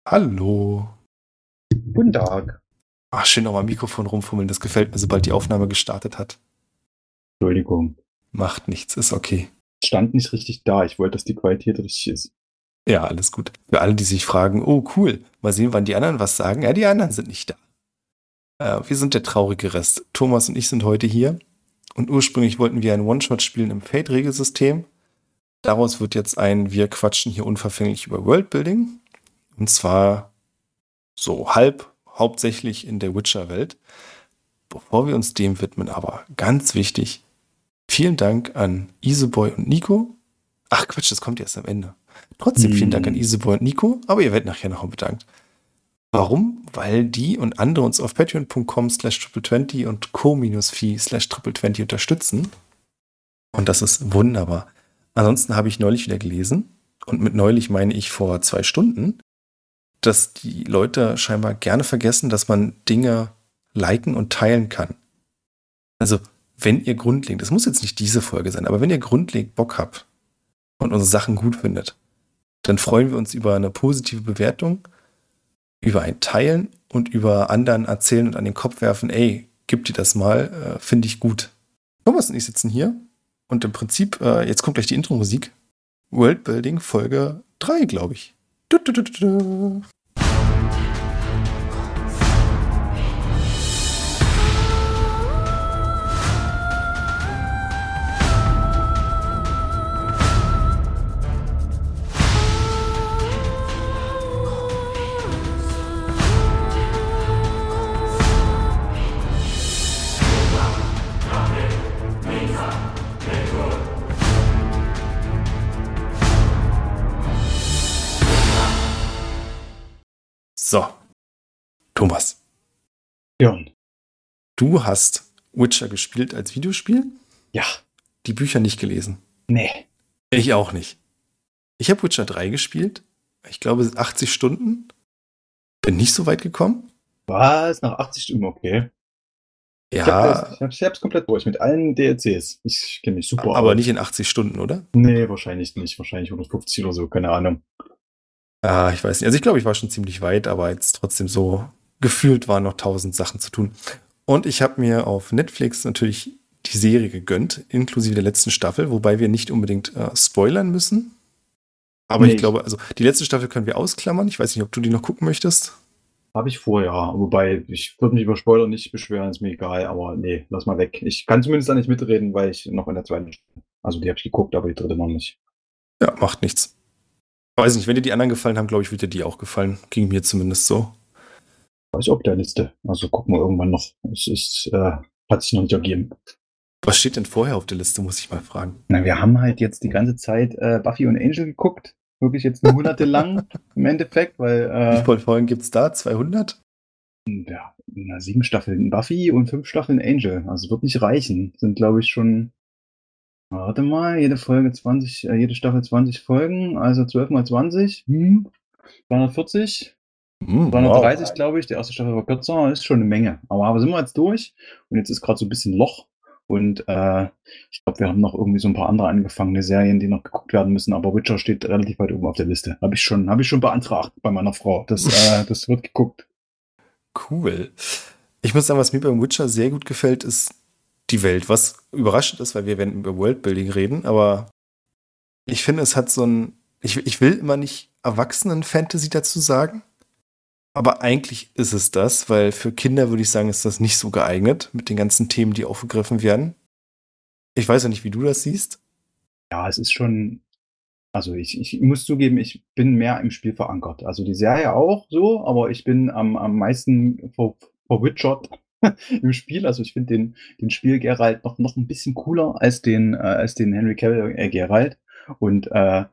Hallo. Guten Tag. Ach, schön nochmal Mikrofon rumfummeln. Das gefällt mir, sobald die Aufnahme gestartet hat. Entschuldigung. Macht nichts, ist okay. Es stand nicht richtig da. Ich wollte, dass die Qualität richtig ist. Ja, alles gut. Für alle, die sich fragen, oh cool, mal sehen, wann die anderen was sagen. Ja, die anderen sind nicht da. Wir sind der traurige Rest. Thomas und ich sind heute hier. Und ursprünglich wollten wir ein One-Shot spielen im Fate-Regelsystem. Daraus wird jetzt ein Wir quatschen hier unverfänglich über Worldbuilding. Und zwar so halb, hauptsächlich in der Witcher-Welt. Bevor wir uns dem widmen, aber ganz wichtig, vielen Dank an Iseboy und Nico. Ach Quatsch, das kommt erst am Ende. Trotzdem vielen Dank an Iseboy und Nico, aber ihr werdet nachher noch bedankt. Warum? Weil die und andere uns auf patreon.com/triple20 und co-fi/triple20 unterstützen. Und das ist wunderbar. Ansonsten habe ich neulich wieder gelesen, und mit neulich meine ich vor 2 Stunden, dass die Leute scheinbar gerne vergessen, dass man Dinge liken und teilen kann. Also, wenn ihr grundlegend, das muss jetzt nicht diese Folge sein, aber wenn ihr grundlegend Bock habt und unsere Sachen gut findet, dann freuen wir uns über eine positive Bewertung, über ein Teilen und über anderen erzählen und an den Kopf werfen, ey, gib dir das mal, finde ich gut. Thomas und ich sitzen hier und im Prinzip, jetzt kommt gleich die Intro-Musik, Worldbuilding Folge 3, glaube ich. So, Thomas, Björn. du hast Witcher gespielt als Videospiel? Ja. Die Bücher nicht gelesen? Nee. Ich auch nicht. Ich habe Witcher 3 gespielt. Ich glaube 80 Stunden. Bin nicht so weit gekommen. Was? Nach 80 Stunden? Okay. Ja, Ich hab's komplett durch mit allen DLCs. Ich kenne mich super aber aus. nicht in 80 Stunden, oder? Nee, wahrscheinlich nicht. Wahrscheinlich 150 oder so. Keine Ahnung. Ah, ich weiß nicht. Also ich glaube, ich war schon ziemlich weit, aber jetzt trotzdem so gefühlt waren noch 1000 Sachen zu tun. Und ich habe mir auf Netflix natürlich die Serie gegönnt, inklusive der letzten Staffel, wobei wir nicht unbedingt spoilern müssen. Aber Nee, ich glaube, also die letzte Staffel können wir ausklammern. Ich weiß nicht, ob du die noch gucken möchtest. Habe ich vor, ja. Wobei, ich würde mich über Spoiler nicht beschweren, ist mir egal. Aber nee, lass mal weg. Ich kann zumindest da nicht mitreden, weil ich noch in der zweiten. Also die habe ich geguckt, aber die dritte noch nicht. Ja, macht nichts. Weiß nicht, wenn dir die anderen gefallen haben, glaube ich, wird dir die auch gefallen. Ging mir zumindest so. Weiß ich, ob der Liste. Also gucken wir irgendwann noch. Es ist, hat sich noch nicht ergeben. Was steht denn vorher auf der Liste, muss ich mal fragen. Na, wir haben halt jetzt die ganze Zeit Buffy und Angel geguckt. Wirklich jetzt monatelang im Endeffekt, weil Wie viele Folgen gibt es da? 200? ja, 7 Staffeln Buffy und 5 Staffeln Angel. Also wird nicht reichen. Sind, glaube ich, schon, warte mal, jede Folge 20, jede Staffel 20 Folgen, also 12 mal 20, 240. 330, Wow. glaube ich. Die erste Staffel war kürzer, ist schon eine Menge. Aber sind wir jetzt durch und jetzt ist gerade so ein bisschen Loch. Und ich glaube, wir haben noch irgendwie so ein paar andere angefangene Serien, die noch geguckt werden müssen. Aber Witcher steht relativ weit oben auf der Liste. Habe ich schon beantragt bei meiner Frau. Das wird geguckt. Cool. Ich muss sagen, was mir beim Witcher sehr gut gefällt, ist die Welt. Was überraschend ist, weil wir werden über Worldbuilding reden, aber ich finde, es hat so ein. Ich will immer nicht Erwachsenen-Fantasy dazu sagen, aber eigentlich ist es das, weil für Kinder würde ich sagen, ist das nicht so geeignet mit den ganzen Themen, die aufgegriffen werden. Ich weiß ja nicht, wie du das siehst. Ja, es ist schon. Also ich muss zugeben, ich bin mehr im Spiel verankert. Also die Serie auch so, aber ich bin am meisten verwitchert im Spiel. Also ich finde den Spiel Geralt noch ein bisschen cooler als den Henry Cavill Geralt. Und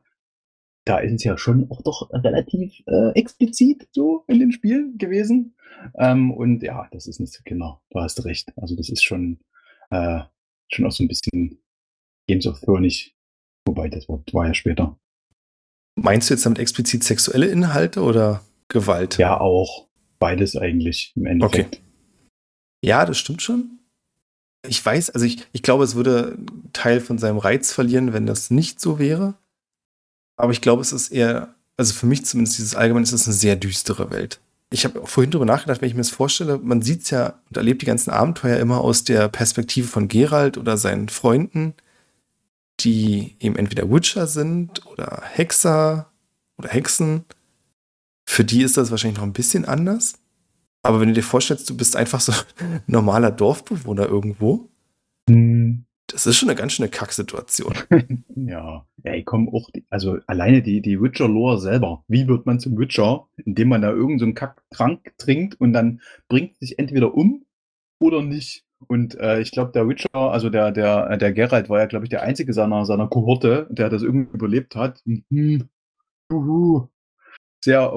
da ist es ja schon auch doch relativ explizit so in dem Spiel gewesen. Und ja, das ist nicht für Kinder. Du hast recht. Also das ist schon auch so ein bisschen Games of Thrones, wobei das war ja später. Meinst du jetzt damit explizit sexuelle Inhalte oder Gewalt? Ja, auch beides eigentlich im Okay. Endeffekt. Ja, das stimmt schon. Ich weiß, also ich glaube, es würde einen Teil von seinem Reiz verlieren, wenn das nicht so wäre. Aber ich glaube, es ist eher also für mich zumindest dieses allgemein, ist es eine sehr düstere Welt. Ich habe vorhin drüber nachgedacht, wenn ich mir das vorstelle, man sieht es ja und erlebt die ganzen Abenteuer immer aus der Perspektive von Geralt oder seinen Freunden, die eben entweder Witcher sind oder Hexer oder Hexen. Für die ist das wahrscheinlich noch ein bisschen anders. Aber wenn du dir vorstellst, du bist einfach so ein normaler Dorfbewohner irgendwo, Hm. das ist schon eine ganz schöne Kacksituation. Ja, ey, komm, auch, also alleine die Witcher-Lore selber. Wie wird man zum Witcher? Indem man da irgend so einen Kacktrank trinkt und dann bringt sich entweder um oder nicht. Und ich glaube, der Witcher, also der Geralt war ja, glaube ich, der einzige seiner Kohorte, der das irgendwie überlebt hat. Mhm. Juhu. Sehr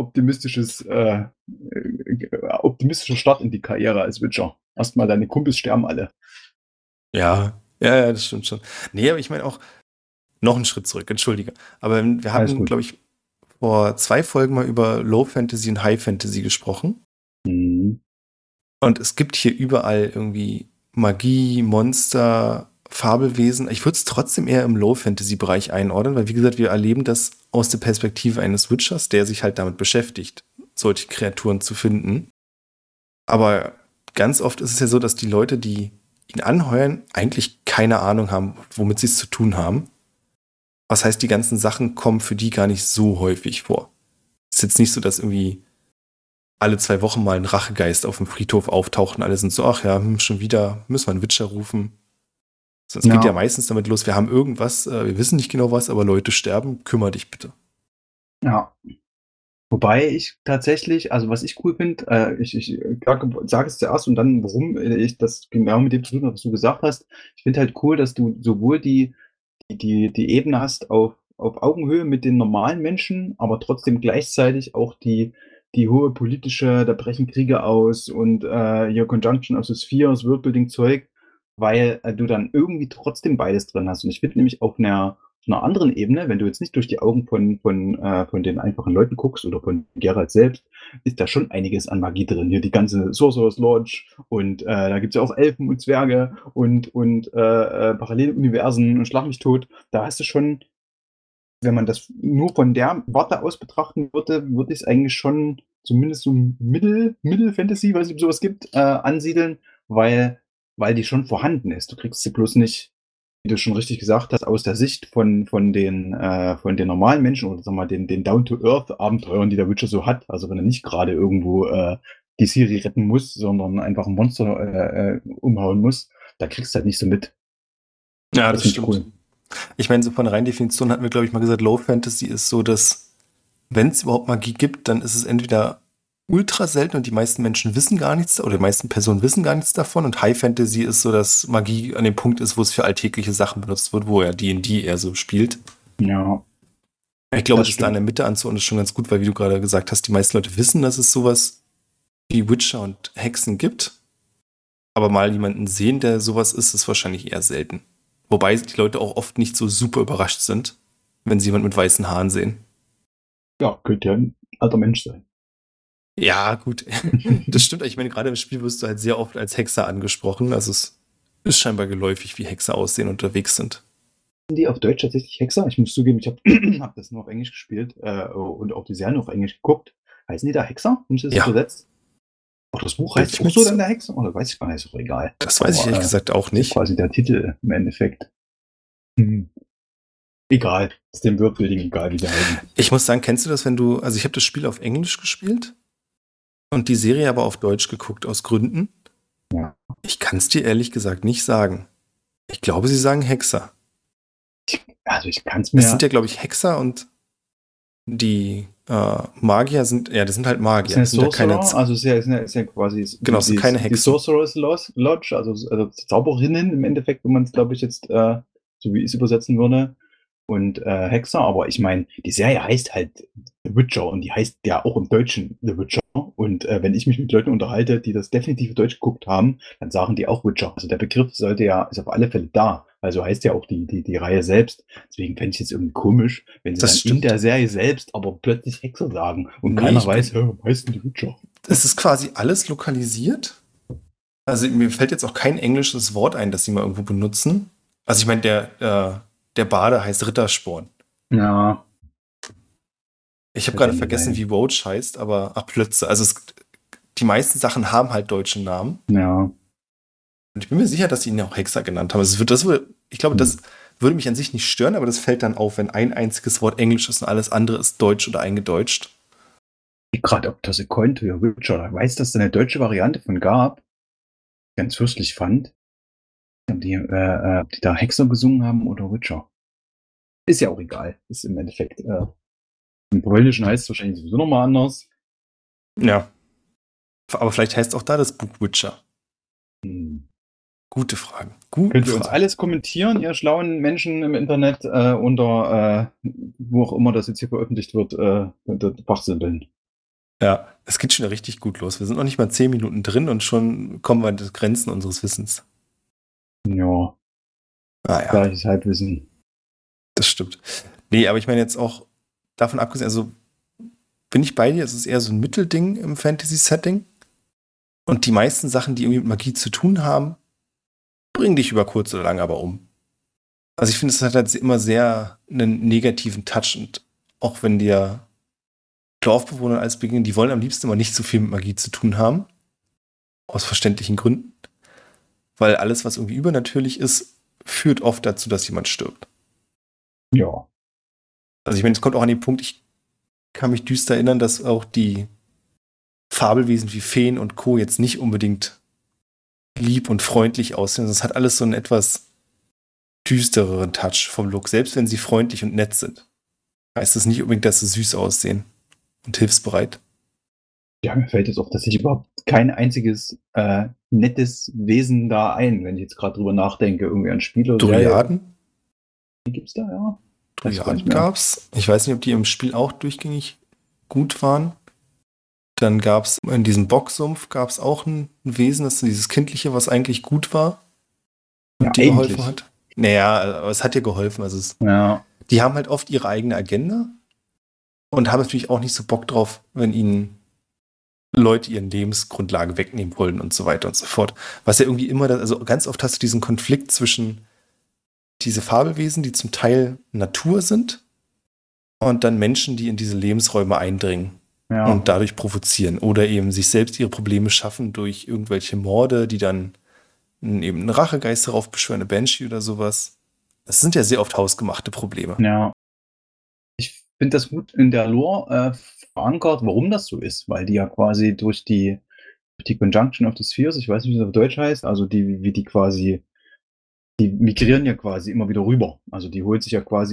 optimistischer Start in die Karriere als Witcher. Erstmal deine Kumpels sterben alle. Ja, ja, ja, das stimmt schon. Nee, aber ich meine auch, noch einen Schritt zurück, entschuldige. Aber wir Alles hatten, gut. glaube ich, vor 2 Folgen mal über Low Fantasy und High Fantasy gesprochen. Mhm. Und es gibt hier überall irgendwie Magie, Monster, Fabelwesen. Ich würde es trotzdem eher im Low Fantasy Bereich einordnen, weil wie gesagt, wir erleben das aus der Perspektive eines Witchers, der sich halt damit beschäftigt, solche Kreaturen zu finden. Aber ganz oft ist es ja so, dass die Leute, die ihn anheuern, eigentlich keine Ahnung haben, womit sie es zu tun haben. Was heißt, die ganzen Sachen kommen für die gar nicht so häufig vor. Es ist jetzt nicht so, dass irgendwie alle 2 Wochen mal ein Rachegeist auf dem Friedhof auftaucht und alle sind so, ach ja, schon wieder, müssen wir einen Witcher rufen. Sonst geht ja Ja, meistens damit los, wir haben irgendwas, wir wissen nicht genau was, aber Leute sterben, kümmere dich bitte. ja. Wobei ich tatsächlich, also was ich cool finde, ich sage es zuerst und dann, warum ich das genau mit dem zu tun habe, was du gesagt hast. Ich finde halt cool, dass du sowohl die Ebene hast auf Augenhöhe mit den normalen Menschen, aber trotzdem gleichzeitig auch die hohe politische, da brechen Kriege aus und Your Conjunction of the Spheres, Worldbuilding-Zeug, weil du dann irgendwie trotzdem beides drin hast. Und ich finde nämlich auf einer anderen Ebene, wenn du jetzt nicht durch die Augen von den einfachen Leuten guckst oder von Geralt selbst, ist da schon einiges an Magie drin. Hier die ganze Sorcerer's Lodge und da gibt es ja auch Elfen und Zwerge und Paralleluniversen und Schlag mich tot. Da hast du schon, wenn man das nur von der Warte aus betrachten würde ich es eigentlich schon zumindest so Mittel-Fantasy, weil es sowas gibt, ansiedeln, weil die schon vorhanden ist. Du kriegst sie bloß nicht, wie du schon richtig gesagt hast, aus der Sicht von den normalen Menschen oder sag mal, den Down-to-Earth-Abenteuern, die der Witcher so hat. Also wenn er nicht gerade irgendwo die Ciri retten muss, sondern einfach ein Monster umhauen muss, da kriegst du halt nicht so mit. Ja, Das das finde ich stimmt. cool. Ich meine, so von der reinen Definition hatten wir, glaube ich, mal gesagt, Low Fantasy ist so, dass, wenn es überhaupt Magie gibt, dann ist es entweder ultra selten und die meisten Menschen wissen gar nichts oder die meisten Personen wissen gar nichts davon. Und High Fantasy ist so, dass Magie an dem Punkt ist, wo es für alltägliche Sachen benutzt wird, wo ja D&D eher so spielt. Ja, Ich glaube, das das da in stimmt. der Mitte anzuordnen ist schon ganz gut, weil wie du gerade gesagt hast, die meisten Leute wissen, dass es sowas wie Witcher und Hexen gibt. Aber mal jemanden sehen, der sowas ist wahrscheinlich eher selten. Wobei die Leute auch oft nicht so super überrascht sind, wenn sie jemanden mit weißen Haaren sehen. Ja, könnte ja ein alter Mensch sein. Ja, gut. Das stimmt. Ich meine, gerade im Spiel wirst du halt sehr oft als Hexer angesprochen. Also es ist scheinbar geläufig, wie Hexer aussehen und unterwegs sind. Sind die auf Deutsch tatsächlich Hexer? Ich muss zugeben, ich habe hab das nur auf Englisch gespielt und auch die Serie nur auf Englisch geguckt. Heißen die da Hexer? Haben sie das Ja, übersetzt? Auch das Buch bin heißt ich auch mit. so dann der Hexer? Oder weiß ich gar nicht, ist auch egal. Das weiß ich Aber ehrlich gesagt auch ist ja nicht. quasi der Titel im Endeffekt. Hm. Egal. Ist dem Worldbuilding egal, wie die heißen. Ich muss sagen, kennst du das, wenn du, also ich habe das Spiel auf Englisch gespielt und die Serie aber auf Deutsch geguckt, aus Gründen. Ja. Ich kann es dir ehrlich gesagt nicht sagen. Ich glaube, sie sagen Hexer. Also ich kann es Es sind mir. ja, glaube ich, Hexer und die Magier sind, ja, das sind halt Ist Magier. eine Das sind ja keine, Sorcerer, also ist ja quasi genau, es sind keine die Hexen. Sorcerer's Lodge, also Zauberinnen im Endeffekt, wenn man es, glaube ich, jetzt so wie ich es übersetzen würde. Und Hexer, aber ich meine, die Serie heißt halt The Witcher und die heißt ja auch im Deutschen The Witcher. Und wenn ich mich mit Leuten unterhalte, die das definitiv Deutsch geguckt haben, dann sagen die auch Witcher. Also der Begriff ist auf alle Fälle da. Also heißt ja auch die Reihe selbst. Deswegen fände ich es jetzt irgendwie komisch, wenn sie dann Das in stimmt. der Serie selbst aber plötzlich Hexer sagen und Nee, keiner weiß, hä, was heißt denn die Witcher? es ist quasi alles lokalisiert. Also mir fällt jetzt auch kein englisches Wort ein, das sie mal irgendwo benutzen. Also ich meine, der Bade heißt Rittersporn. Ja, Ich habe Fällt gerade einem nicht vergessen, ein. wie Roach heißt, aber Plötze. Also die meisten Sachen haben halt deutsche Namen. Ja. Und ich bin mir sicher, dass sie ihn auch Hexer genannt haben. Ich glaube, das Hm. würde mich an sich nicht stören, aber das fällt dann auf, wenn ein einziges Wort Englisch ist und alles andere ist Deutsch oder eingedeutscht. Gerade ob das Coin to your Witcher, ich weiß, dass es da eine deutsche Variante von gab, ganz fürstlich fand. Ob die da Hexer gesungen haben oder Witcher. Ist ja auch egal. Ist im Endeffekt. Im Polnischen heißt es wahrscheinlich sowieso nochmal anders. Ja. Aber vielleicht heißt auch da das Buch Witcher. Hm. Gute Fragen. Gute Könnt ihr uns Fragen. alles kommentieren, ihr schlauen Menschen im Internet, unter wo auch immer das jetzt hier veröffentlicht wird, unter Fachsimpeln. Ja, es geht schon richtig gut los. Wir sind noch nicht mal 10 Minuten drin und schon kommen wir an die Grenzen unseres Wissens. Ja, Ah ja, gleiches Halbwissen. das stimmt. Nee, aber ich meine jetzt auch davon abgesehen, also bin ich bei dir, es ist eher so ein Mittelding im Fantasy-Setting. Und die meisten Sachen, die irgendwie mit Magie zu tun haben, bringen dich über kurz oder lang aber um. Also ich finde, es hat halt immer sehr einen negativen Touch und auch wenn dir Dorfbewohner als beginnen, die wollen am liebsten immer nicht so viel mit Magie zu tun haben. Aus verständlichen Gründen. Weil alles, was irgendwie übernatürlich ist, führt oft dazu, dass jemand stirbt. Ja. Also ich meine, es kommt auch an den Punkt, ich kann mich düster erinnern, dass auch die Fabelwesen wie Feen und Co. jetzt nicht unbedingt lieb und freundlich aussehen. Das hat alles so einen etwas düstereren Touch vom Look. Selbst wenn sie freundlich und nett sind, heißt es nicht unbedingt, dass sie süß aussehen und hilfsbereit. Ja, mir fällt jetzt auch tatsächlich überhaupt kein einziges nettes Wesen da ein, wenn ich jetzt gerade drüber nachdenke. Irgendwie an Spiele oder Serie. Dryaden? Die gibt's da, ja? Weiß ich gar nicht Dryaden mehr. gab's. Ich weiß nicht, ob die im Spiel auch durchgängig gut waren. Dann gab es in diesem Bocksumpf gab's auch ein Wesen, das ist dieses Kindliche, was eigentlich gut war Ja, und dir geholfen eigentlich. hat. Naja, aber es hat dir geholfen. Also Ja. die haben halt oft ihre eigene Agenda und haben natürlich auch nicht so Bock drauf, wenn ihnen Leute ihren Lebensgrundlage wegnehmen wollen und so weiter und so fort. Was ja irgendwie immer, also ganz oft hast du diesen Konflikt zwischen diese Fabelwesen, die zum Teil Natur sind, und dann Menschen, die in diese Lebensräume eindringen Ja. und dadurch provozieren oder eben sich selbst ihre Probleme schaffen durch irgendwelche Morde, die dann eben einen Rachegeist darauf beschwören, eine Banshee oder sowas. Das sind ja sehr oft hausgemachte Probleme. Ja. Ich finde das gut in der Lore verankert, warum das so ist, weil die ja quasi durch die Conjunction of the Spheres, ich weiß nicht, wie das auf Deutsch heißt, also wie die quasi, die migrieren ja quasi immer wieder rüber. Also die holt sich ja quasi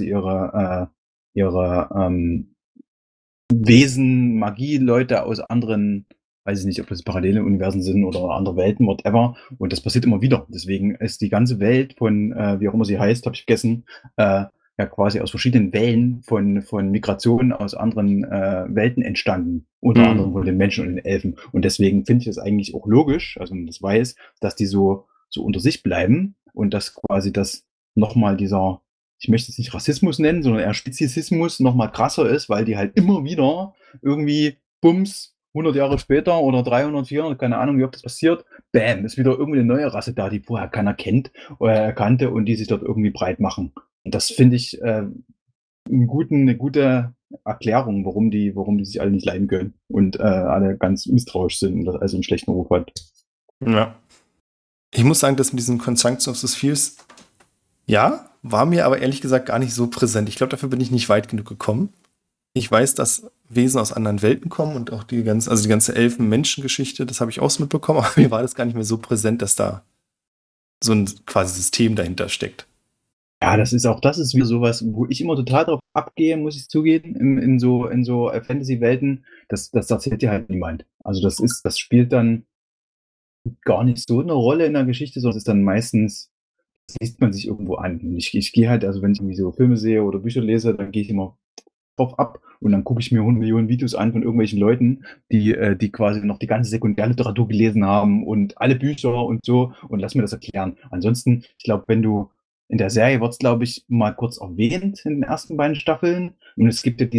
ihre Wesen, Magie-Leute aus anderen, weiß ich nicht, ob das parallele Universen sind oder andere Welten, whatever. Und das passiert immer wieder. Deswegen ist die ganze Welt von, wie auch immer sie heißt, habe ich vergessen, ja quasi aus verschiedenen Wellen von Migrationen aus anderen Welten entstanden. Unter anderem von den Menschen und den Elfen. Und deswegen finde ich es eigentlich auch logisch, also wenn man das weiß, dass die so unter sich bleiben und dass quasi das nochmal dieser, ich möchte es nicht Rassismus nennen, sondern eher Speziesismus noch mal krasser ist, weil die halt immer wieder irgendwie, bums, 100 Jahre später oder 300, 400, keine Ahnung, wie oft das passiert, bam, ist wieder irgendwie eine neue Rasse da, die vorher keiner kennt oder kannte und die sich dort irgendwie breit machen. Und das finde ich eine gute Erklärung, warum die sich alle nicht leiden können und alle ganz misstrauisch sind und das also einen schlechten Ruf hat. Ja. Ich muss sagen, dass mit diesem Conjunction of the Spheres, ja, war mir aber ehrlich gesagt gar nicht so präsent. Ich glaube, dafür bin ich nicht weit genug gekommen. Ich weiß, dass Wesen aus anderen Welten kommen und auch die ganze Elfen-Menschen-Geschichte, das habe ich auch so mitbekommen, aber mir war das gar nicht mehr so präsent, dass da so ein quasi System dahinter steckt. Ja, das ist wieder sowas, wo ich immer total drauf abgehe, muss ich zugeben, in so Fantasy-Welten. Das erzählt dir halt niemand. Also das spielt dann gar nicht so eine Rolle in der Geschichte, sondern es ist dann meistens, das liest man sich irgendwo an. Und ich gehe halt, also wenn ich irgendwie so Filme sehe oder Bücher lese, dann gehe ich immer drauf ab und dann gucke ich mir 100 Millionen Videos an von irgendwelchen Leuten, die quasi noch die ganze Sekundärliteratur gelesen haben und alle Bücher und so und lass mir das erklären. Ansonsten, ich glaube, wenn du in der Serie wird es, glaube ich, mal kurz erwähnt in den ersten beiden Staffeln. Und es gibt ja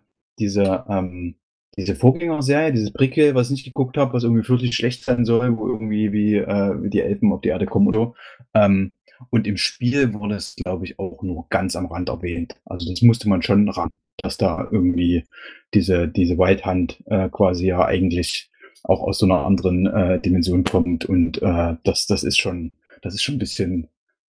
diese Vorgängerserie, dieses Prequel, was ich nicht geguckt habe, was irgendwie wirklich schlecht sein soll, wo irgendwie wie die Elfen auf die Erde kommen oder so. Und im Spiel wurde es, glaube ich, auch nur ganz am Rand erwähnt. Also das musste man schon ran. dass da irgendwie diese White Hand quasi ja eigentlich auch aus so einer anderen Dimension kommt und das ist schon ein bisschen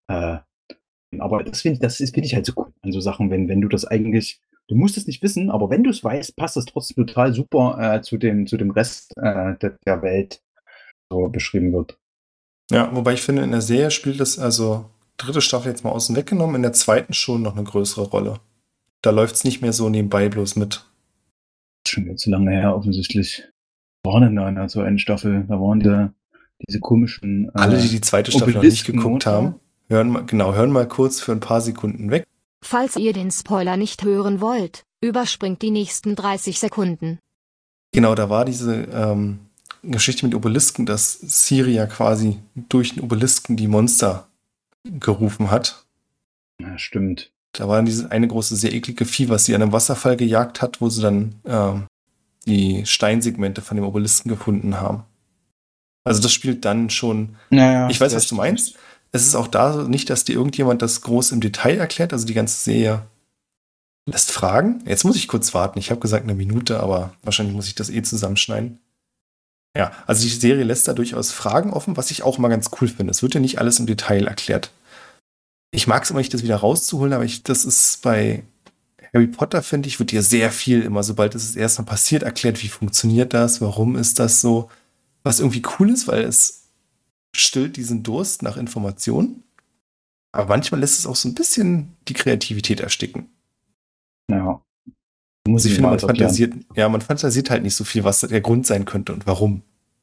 aber finde ich halt so cool an so Sachen, wenn du das eigentlich du musst es nicht wissen, aber wenn du es weißt, passt das trotzdem total super zu dem Rest der Welt, so beschrieben wird. Ja, wobei ich finde, in der Serie spielt das, also dritte Staffel jetzt mal außen weggenommen, in der zweiten schon noch eine größere Rolle. Da läuft es nicht mehr so nebenbei bloß mit. Schon wieder zu lange her, offensichtlich. War denn da in der zweiten Staffel? Da waren diese komischen Alle, die die zweite Staffel noch nicht geguckt haben, hören mal kurz für ein paar Sekunden weg. Falls ihr den Spoiler nicht hören wollt, überspringt die nächsten 30 Sekunden. Genau, da war diese Geschichte mit Obelisken, dass Ciri ja quasi durch den Obelisken die Monster gerufen hat. Ja, stimmt. Da war dann dieses eine große, sehr eklige Vieh, was sie an einem Wasserfall gejagt hat, wo sie dann die Steinsegmente von dem Obelisken gefunden haben. Also das spielt dann schon. Naja, Ich weiß, was du meinst. Es ist auch da so nicht, dass dir irgendjemand das groß im Detail erklärt. Also die ganze Serie lässt Fragen. Jetzt muss ich kurz warten. Ich habe gesagt 1 Minute, aber wahrscheinlich muss ich das zusammenschneiden. Ja, also die Serie lässt da durchaus Fragen offen, was ich auch mal ganz cool finde. Es wird ja nicht alles im Detail erklärt. Ich mag es immer nicht, das wieder rauszuholen, aber das ist bei Harry Potter, finde ich, wird dir sehr viel immer, sobald es das erste Mal passiert, erklärt, wie funktioniert das, warum ist das so. Was irgendwie cool ist, weil es stillt diesen Durst nach Informationen. Aber manchmal lässt es auch so ein bisschen die Kreativität ersticken. Ja. Also ich finde, man fantasiert halt nicht so viel, was der Grund sein könnte und warum.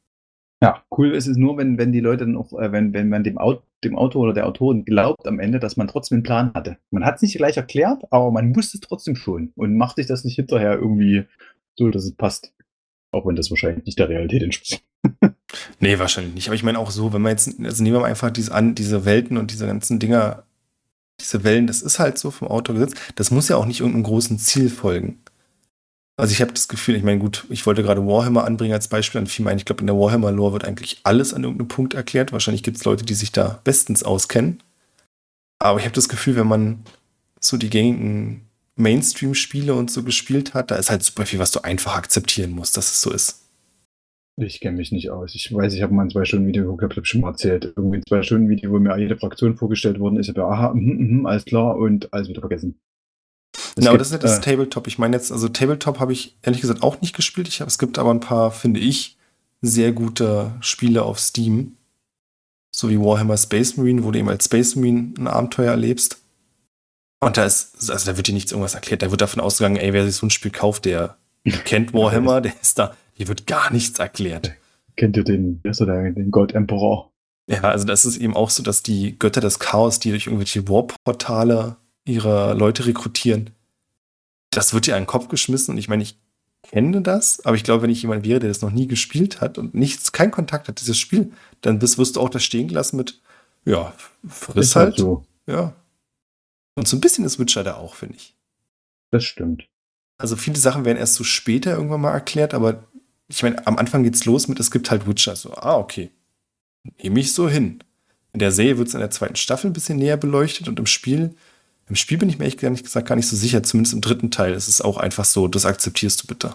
Ja, cool ist es nur, wenn die Leute dann auch, wenn man dem Autor oder der Autorin glaubt am Ende, dass man trotzdem einen Plan hatte. Man hat es nicht gleich erklärt, aber man wusste es trotzdem schon und macht sich das nicht hinterher irgendwie so, dass es passt. Auch wenn das wahrscheinlich nicht der Realität entspricht. Nee, wahrscheinlich nicht. Aber ich meine auch so, wenn man jetzt, also nehmen wir mal einfach diese Welten und diese ganzen Dinger, diese Wellen, das ist halt so vom Autor gesetzt. Das muss ja auch nicht irgendeinem großen Ziel folgen. Also ich habe das Gefühl, ich meine, gut, ich wollte gerade Warhammer anbringen als Beispiel, dann fiel mir ein, ich glaube, in der Warhammer-Lore wird eigentlich alles an irgendeinem Punkt erklärt. Wahrscheinlich gibt es Leute, die sich da bestens auskennen. Aber ich habe das Gefühl, wenn man so die gängigen Mainstream-Spiele und so gespielt hat, da ist halt super viel, was du einfach akzeptieren musst, dass es so ist. Ich kenne mich nicht aus. Ich weiß, ich habe mal ein 2-Stunden-Video, ich habe schon mal erzählt, irgendwie ein 2-Stunden-Video, wo mir jede Fraktion vorgestellt worden ist. Ich habe aha, alles klar und alles wieder vergessen. Genau, das ist ja das Tabletop. Ich meine jetzt, also Tabletop habe ich ehrlich gesagt auch nicht gespielt. Es gibt aber ein paar, finde ich, sehr gute Spiele auf Steam. So wie Warhammer Space Marine, wo du eben als Space Marine ein Abenteuer erlebst. Und da wird dir nichts irgendwas erklärt. Da wird davon ausgegangen, ey, wer sich so ein Spiel kauft, der kennt Warhammer, der ist da, hier wird gar nichts erklärt. Kennt ihr den God Emperor? Ja, also das ist eben auch so, dass die Götter des Chaos, die durch irgendwelche Warportale ihre Leute rekrutieren, das wird dir an den Kopf geschmissen. Und ich meine, ich kenne das, aber ich glaube, wenn ich jemand wäre, der das noch nie gespielt hat und keinen Kontakt hat, dieses Spiel, dann wirst du auch das stehen gelassen mit, ja, friss halt. So. Ja. Und so ein bisschen ist Witcher da auch, finde ich. Das stimmt. Also viele Sachen werden erst so später irgendwann mal erklärt, aber ich meine, am Anfang geht's los mit, es gibt halt Witcher. So, okay. Nehme ich so hin. In der Serie wird es in der 2. Staffel ein bisschen näher beleuchtet und im Spiel bin ich mir ehrlich gesagt gar nicht so sicher, zumindest im 3. Teil. Es ist auch einfach so, das akzeptierst du bitte.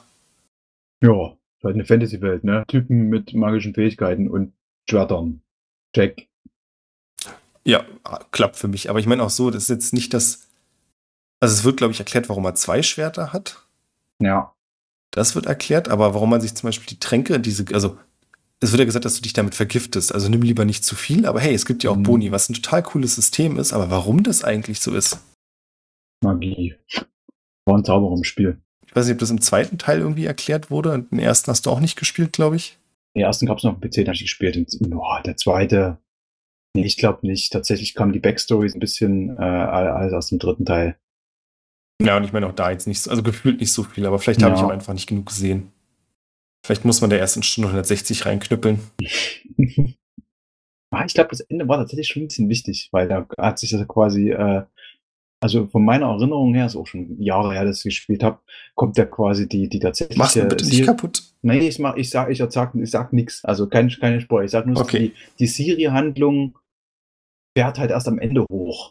Ja, halt eine Fantasy-Welt, ne? Typen mit magischen Fähigkeiten und Schwertern. Check. Ja, klappt für mich. Aber ich meine auch so, das ist jetzt nicht das. Also es wird, glaube ich, erklärt, warum er 2 Schwerter hat. Ja. Das wird erklärt, aber warum man sich zum Beispiel die Tränke, also es wird ja gesagt, dass du dich damit vergiftest. Also nimm lieber nicht zu viel, aber hey, es gibt ja auch Boni, was ein total cooles System ist, aber warum das eigentlich so ist. Magie. War ein Zauberer im Spiel. Ich weiß nicht, ob das im 2. Teil irgendwie erklärt wurde. Und den 1. hast du auch nicht gespielt, glaube ich. Den 1. gab es noch auf dem PC, den habe ich gespielt. Und, der 2. Nee, ich glaube nicht. Tatsächlich kamen die Backstories ein bisschen alles aus dem 3. Teil. Ja, und ich meine auch da jetzt nicht so, also gefühlt nicht so viel, aber vielleicht habe ich auch einfach nicht genug gesehen. Vielleicht muss man der ersten Stunde 160 reinknüppeln. Ich glaube, das Ende war tatsächlich schon ein bisschen wichtig, weil da hat sich das quasi, also von meiner Erinnerung her, ist auch schon Jahre her, dass ich gespielt habe, kommt ja quasi die tatsächliche. Mach's mir bitte nicht kaputt. Nee, ich sag nichts. Also keine Spoiler. Ich sag nur, okay. Die Siri-Handlung fährt halt erst am Ende hoch.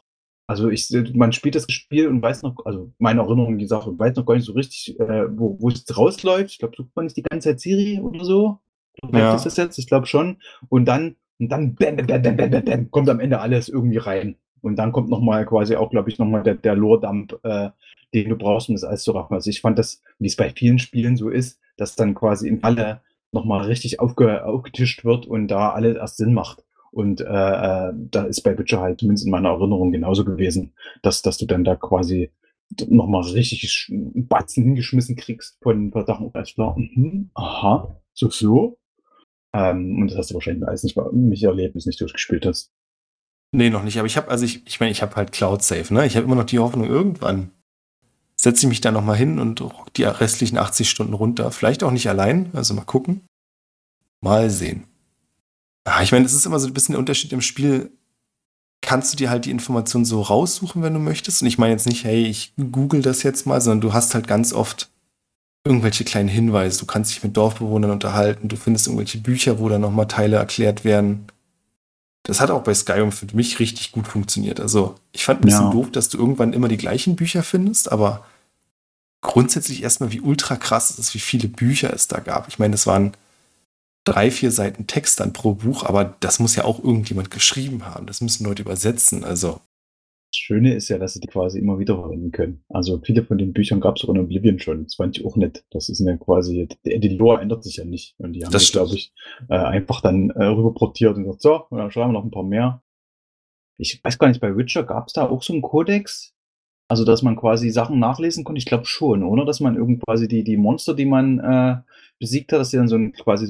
Also man spielt das Spiel und weiß noch, also meine Erinnerung, die Sache, weiß noch gar nicht so richtig, wo es rausläuft. Ich glaube, sucht man nicht die ganze Zeit Siri oder so. Läuft Ja. das jetzt? Ich glaube schon. Und dann bam, bam, bam, bam, bam, bam, bam, kommt am Ende alles irgendwie rein. Und dann kommt nochmal quasi auch, glaube ich, nochmal der Lore-Dump, den du brauchst, um das alles zu raffen. Also ich fand das, wie es bei vielen Spielen so ist, dass dann quasi im Falle nochmal richtig aufgetischt wird und da alles erst Sinn macht. Und da ist bei Witcher halt zumindest in meiner Erinnerung genauso gewesen, dass du dann da quasi nochmal richtig einen Batzen hingeschmissen kriegst von Sachen. Alles klar, aha, so. Und das hast du wahrscheinlich alles nicht erlebt, bis du nicht durchgespielt hast. Nee, noch nicht. Aber ich meine, ich habe halt Cloud Save, ne? Ich habe immer noch die Hoffnung, irgendwann setze ich mich da nochmal hin und rock die restlichen 80 Stunden runter. Vielleicht auch nicht allein, also mal gucken. Mal sehen. Ich meine, es ist immer so ein bisschen der Unterschied im Spiel. Kannst du dir halt die Informationen so raussuchen, wenn du möchtest? Und ich meine jetzt nicht, hey, ich google das jetzt mal, sondern du hast halt ganz oft irgendwelche kleinen Hinweise. Du kannst dich mit Dorfbewohnern unterhalten, du findest irgendwelche Bücher, wo dann nochmal Teile erklärt werden. Das hat auch bei Skyrim für mich richtig gut funktioniert. Also, ich fand ein bisschen doof, dass du irgendwann immer die gleichen Bücher findest, aber grundsätzlich erstmal, wie ultra krass es ist, wie viele Bücher es da gab. Ich meine, das waren 3-4 Seiten Text dann pro Buch, aber das muss ja auch irgendjemand geschrieben haben. Das müssen Leute übersetzen. Also, Das Schöne ist ja, dass sie die quasi immer wieder verwenden können. Also viele von den Büchern gab es auch in Oblivion schon. Das fand ich auch nett. Das ist ja quasi, die Lore ändert sich ja nicht. Und die haben das das, stimmt. glaube ich, einfach dann rüberportiert und gesagt, so, dann schreiben wir noch ein paar mehr. Ich weiß gar nicht, bei Witcher gab es da auch so einen Kodex? Also, dass man quasi Sachen nachlesen konnte? Ich glaube schon, oder? Dass man irgend quasi die Monster, die man besiegt hat, dass die dann quasi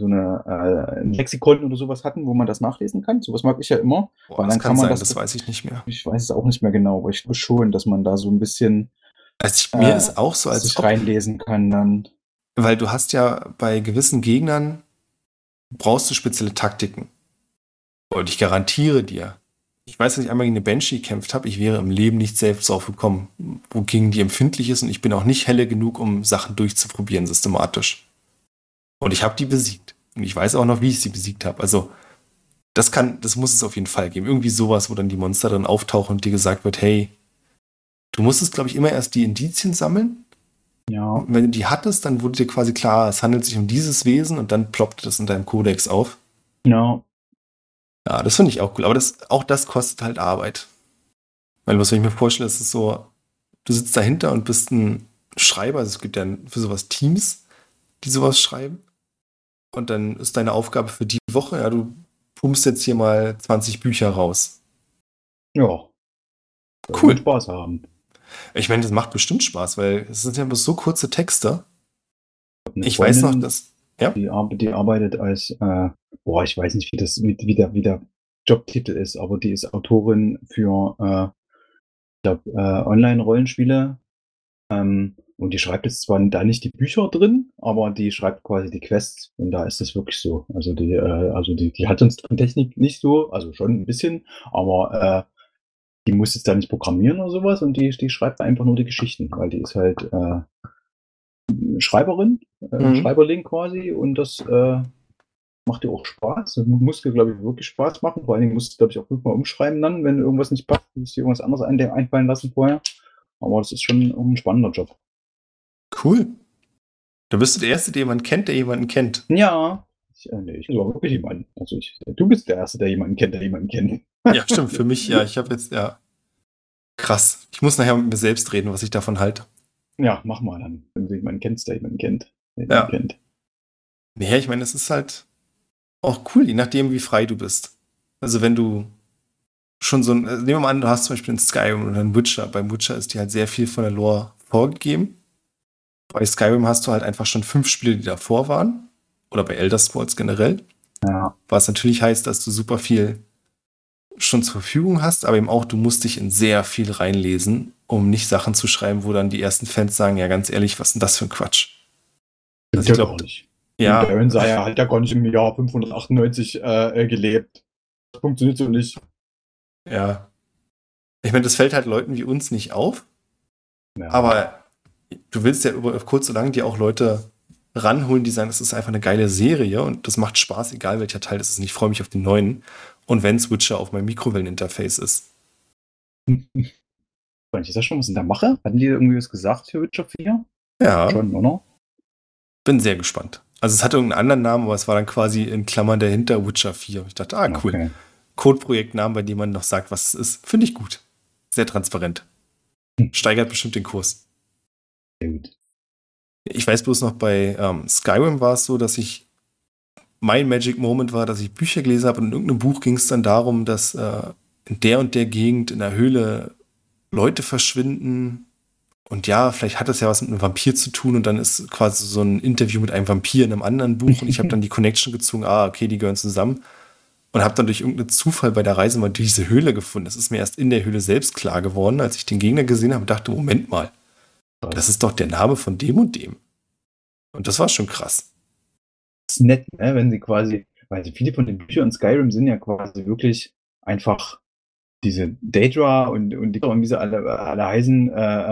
ein Lexikon oder sowas hatten, wo man das nachlesen kann. Sowas mag ich ja immer, Boah, weil das dann kann kann man sein, das, das weiß ich nicht mehr. ich weiß es auch nicht mehr genau, aber ich glaube schon, dass man da so ein bisschen Mir ist auch so, als sich ob, reinlesen kann dann. weil du hast ja bei gewissen Gegnern brauchst du spezielle Taktiken. Und ich garantiere dir, ich weiß, dass ich einmal gegen eine Banshee gekämpft habe, ich wäre im Leben nicht selbst drauf gekommen, wogegen die empfindlich ist und ich bin auch nicht helle genug, um Sachen durchzuprobieren systematisch. Und ich habe die besiegt. Und ich weiß auch noch, wie ich sie besiegt habe. Also das muss es auf jeden Fall geben. Irgendwie sowas, wo dann die Monster drin auftauchen und dir gesagt wird, hey, du musstest, glaube ich, immer erst die Indizien sammeln. Ja, Und wenn du die hattest, dann wurde dir quasi klar, es handelt sich um dieses Wesen und dann ploppte das in deinem Kodex auf. ja, Ja, das finde ich auch cool. Aber auch das kostet halt Arbeit. Weil was, wenn ich mir vorstelle, ist es so, du sitzt dahinter und bist ein Schreiber. Also es gibt ja für sowas Teams, die sowas schreiben. Und dann ist deine Aufgabe für die Woche, ja, du pumpst jetzt hier mal 20 Bücher raus. ja. Cool. Spaß haben. Ich meine, das macht bestimmt Spaß, weil es sind ja bloß so kurze Texte. Eine Ich weiß noch, Freundin, dass, ja, die arbeitet als, ich weiß nicht, wie der Jobtitel ist, aber die ist Autorin für, Online-Rollenspiele. Und die schreibt jetzt zwar da nicht die Bücher drin, aber die schreibt quasi die Quests. Und da ist das wirklich so. Also die hat uns von Technik nicht so, also schon ein bisschen, aber die muss jetzt da nicht programmieren oder sowas und die schreibt einfach nur die Geschichten, weil die ist halt Schreiberin, Schreiberling quasi und das macht dir auch Spaß. Das muss dir, glaube ich, wirklich Spaß machen. Vor allen Dingen musst du, glaube ich, auch fünfmal umschreiben dann, wenn irgendwas nicht passt. Du musst dir irgendwas anderes einfallen lassen vorher. Aber das ist schon ein spannender Job. cool. Da bist du der Erste, der jemanden kennt, der jemanden kennt. Ja. Ich bin aber wirklich jemanden. Also du bist der Erste, der jemanden kennt, der jemanden kennt. Ja, stimmt, für mich, ja. Ich habe jetzt, ja, krass. Ich muss nachher mit mir selbst reden, was ich davon halte. Ja, mach mal dann. Wenn du jemanden kennst, der jemanden kennt. Der Ja. jemanden kennt. Nee, ich meine, es ist halt auch cool, je nachdem, wie frei du bist. Also wenn du schon so ein, nehmen wir mal an, du hast zum Beispiel einen Skyrim oder einen Witcher. Beim Witcher ist dir halt sehr viel von der Lore vorgegeben. Bei Skyrim hast du halt einfach schon 5 Spiele, die davor waren. Oder bei Elder Scrolls generell. Ja. Was natürlich heißt, dass du super viel schon zur Verfügung hast, aber eben auch, du musst dich in sehr viel reinlesen, um nicht Sachen zu schreiben, wo dann die ersten Fans sagen, ja, ganz ehrlich, was ist denn das für ein Quatsch? Also ich glaube, gar nicht. ja, Baron Sayer hat ja gar nicht im Jahr 598 gelebt. Das funktioniert so nicht. ja. Ich meine, das fällt halt Leuten wie uns nicht auf, Ja. aber du willst ja über kurz oder lang dir auch Leute ranholen, die sagen, das ist einfach eine geile Serie und das macht Spaß, egal welcher Teil das ist. Und ich freue mich auf den neuen. Und wenn Switcher auf meinem Mikrowelleninterface ist. Ist das schon was in der Mache? Hatten die irgendwie was gesagt für Witcher 4? Ja, Schon, oder? bin sehr gespannt. Also es hatte irgendeinen anderen Namen, aber es war dann quasi in Klammern dahinter Witcher 4. Ich dachte, cool. Okay. Codeprojektnamen, bei dem man noch sagt, was es ist. Finde ich gut. Sehr transparent. Steigert bestimmt den Kurs. Sehr gut. Ich weiß bloß noch, bei Skyrim war es so, dass mein Magic Moment war, dass ich Bücher gelesen habe und in irgendeinem Buch ging es dann darum, dass in der und der Gegend in der Höhle Leute verschwinden. Und ja, vielleicht hat das ja was mit einem Vampir zu tun und dann ist quasi so ein Interview mit einem Vampir in einem anderen Buch und ich habe dann die Connection gezogen, okay, die gehören zusammen und habe dann durch irgendeinen Zufall bei der Reise mal diese Höhle gefunden. Das ist mir erst in der Höhle selbst klar geworden, als ich den Gegner gesehen habe und dachte, Moment mal, das ist doch der Name von dem und dem. Und das war schon krass. Das ist nett, ne? Wenn sie quasi, weil viele von den Büchern in Skyrim sind ja quasi wirklich einfach diese Daedra und wie sie alle heißen,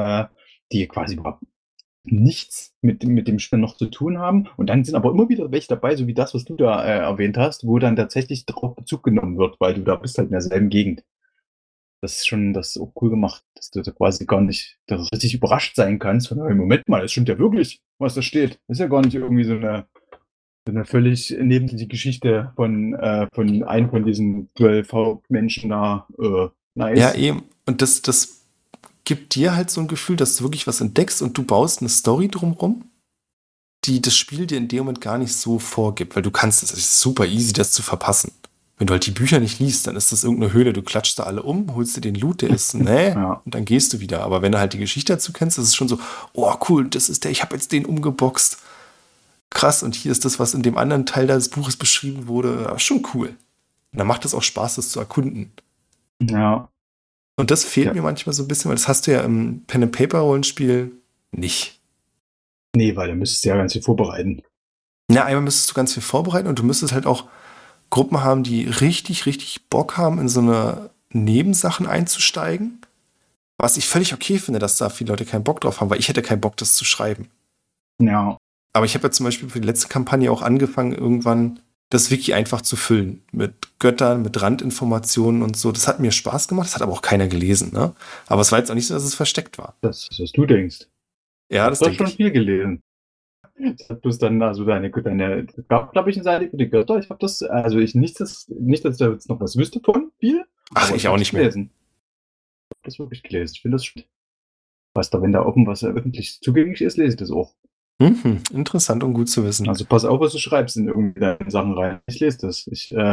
die quasi überhaupt nichts mit dem Spiel noch zu tun haben. Und dann sind aber immer wieder welche dabei, so wie das, was du da erwähnt hast, wo dann tatsächlich darauf Bezug genommen wird, weil du da bist halt in derselben Gegend. Das ist auch cool gemacht, dass du da quasi gar nicht, dass du richtig überrascht sein kannst von, hey, Moment mal, das stimmt ja wirklich, was da steht. Das ist ja gar nicht irgendwie so eine völlig neben die Geschichte von einem von diesen 12 Hauptmenschen da. Nice. Ja, eben. Und das gibt dir halt so ein Gefühl, dass du wirklich was entdeckst und du baust eine Story drumrum, die das Spiel dir in dem Moment gar nicht so vorgibt, weil du kannst es. Es ist super easy, das zu verpassen. Wenn du halt die Bücher nicht liest, dann ist das irgendeine Höhle, du klatschst da alle um, holst dir den Loot, der ist, Ja. und dann gehst du wieder. Aber wenn du halt die Geschichte dazu kennst, ist es schon so, oh cool, das ist der, ich habe jetzt den umgeboxt. Krass, und hier ist das, was in dem anderen Teil des Buches beschrieben wurde, schon cool. Und dann macht es auch Spaß, das zu erkunden. Ja. Und das fehlt Ja. mir manchmal so ein bisschen, weil das hast du ja im Pen-and-Paper-Rollenspiel nicht. Nee, weil da müsstest du ja ganz viel vorbereiten. Ja, einmal müsstest du ganz viel vorbereiten und du müsstest halt auch Gruppen haben, die richtig, richtig Bock haben, in so eine Nebensachen einzusteigen. Was ich völlig okay finde, dass da viele Leute keinen Bock drauf haben, weil ich hätte keinen Bock, das zu schreiben. Ja. Aber ich habe ja zum Beispiel für die letzte Kampagne auch angefangen, irgendwann das Wiki einfach zu füllen. Mit Göttern, mit Randinformationen und so. Das hat mir Spaß gemacht, das hat aber auch keiner gelesen, ne? Aber es war jetzt auch nicht so, dass es versteckt war. Das ist, was du denkst. Ja, das Ich habe denke schon ich. viel gelesen. Ich habe bloß dann, also es gab, glaube ich, eine Seite für die Götter. Ich habe das, also nicht, dass ich da jetzt noch was wüsste von viel. Ach, aber ich auch hab's nicht mehr. gelesen. Ich habe das wirklich gelesen. Ich finde das spannend. Was da, wenn da offen was öffentlich zugänglich ist, lese ich das auch. Interessant und gut zu wissen. Also pass auf, was du schreibst in irgendwie deine Sachen rein. Ich lese das.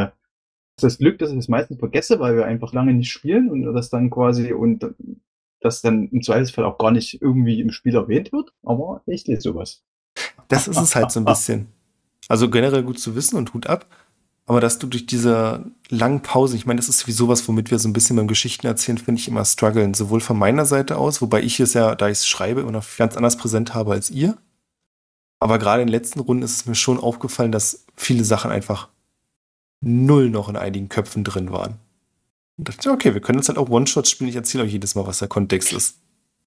Das Glück, dass ich das meistens vergesse, weil wir einfach lange nicht spielen und das dann quasi und das dann im Zweifelsfall auch gar nicht irgendwie im Spiel erwähnt wird. Aber ich lese sowas. Das ist es halt so ein bisschen. Also generell gut zu wissen und Hut ab. Aber dass du durch diese langen Pausen, ich meine, das ist sowieso was, womit wir so ein bisschen beim Geschichten erzählen, finde ich immer strugglen. Sowohl von meiner Seite aus, wobei ich es ja, da ich es schreibe, immer noch ganz anders präsent habe als ihr. Aber gerade in den letzten Runden ist es mir schon aufgefallen, dass viele Sachen einfach null noch in einigen Köpfen drin waren. Und dachte, okay, wir können jetzt halt auch One-Shots spielen. Ich erzähle euch jedes Mal, was der Kontext ist.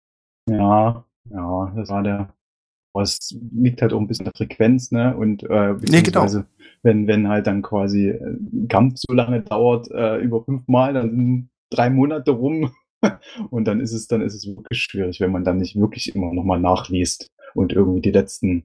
Ja, das war aber es liegt halt auch ein bisschen an der Frequenz, ne? Und beziehungsweise, wenn halt dann quasi ein Kampf so lange dauert, über 5 Mal, dann sind 3 Monate rum und dann ist es wirklich schwierig, wenn man dann nicht wirklich immer nochmal nachliest und irgendwie die letzten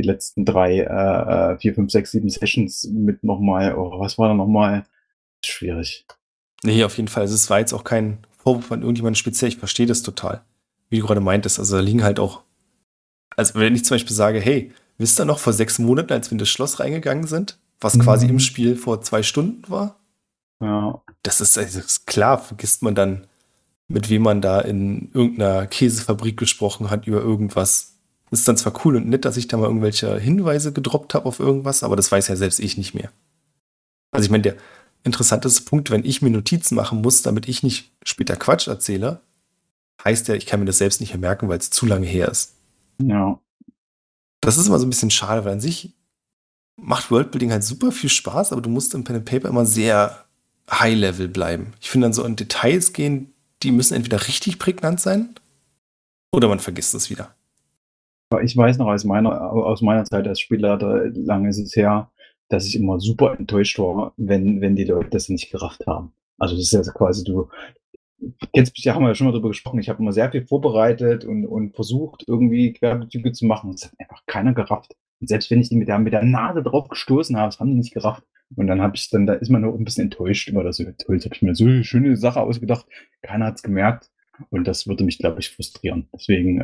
3, 4, 5, 6, 7 Sessions mit nochmal, was war da nochmal? Schwierig. Nee, auf jeden Fall. Also es war jetzt auch kein Vorwurf an irgendjemanden speziell. Ich verstehe das total. Wie du gerade meintest. Also da liegen halt auch, also wenn ich zum Beispiel sage, hey, wisst ihr noch vor 6 Monaten, als wir in das Schloss reingegangen sind, was quasi im Spiel vor 2 Stunden war? Ja. Das ist klar, vergisst man dann, mit wem man da in irgendeiner Käsefabrik gesprochen hat über irgendwas. Das ist dann zwar cool und nett, dass ich da mal irgendwelche Hinweise gedroppt habe auf irgendwas, aber das weiß ja selbst ich nicht mehr. Also ich meine, der interessanteste Punkt, wenn ich mir Notizen machen muss, damit ich nicht später Quatsch erzähle, heißt ja, ich kann mir das selbst nicht mehr merken, weil es zu lange her ist. Ja. Das ist immer so ein bisschen schade, weil an sich macht Worldbuilding halt super viel Spaß, aber du musst im Pen and Paper immer sehr High-Level bleiben. Ich finde dann so in Details gehen, die müssen entweder richtig prägnant sein oder man vergisst es wieder. Ich weiß noch aus meiner Zeit als Spielleiter, lange ist es her, dass ich immer super enttäuscht war, wenn die Leute das nicht gerafft haben. Also das ist ja quasi Jetzt haben wir ja schon mal drüber gesprochen, ich habe immer sehr viel vorbereitet und versucht, irgendwie Querbezüge zu machen. Das hat einfach keiner gerafft. Und selbst wenn ich die mit der Nase drauf gestoßen habe, das haben die nicht gerafft. Und da ist man auch ein bisschen enttäuscht über das. Jetzt habe ich mir so eine schöne Sache ausgedacht, keiner hat es gemerkt. Und das würde mich, glaube ich, frustrieren. Deswegen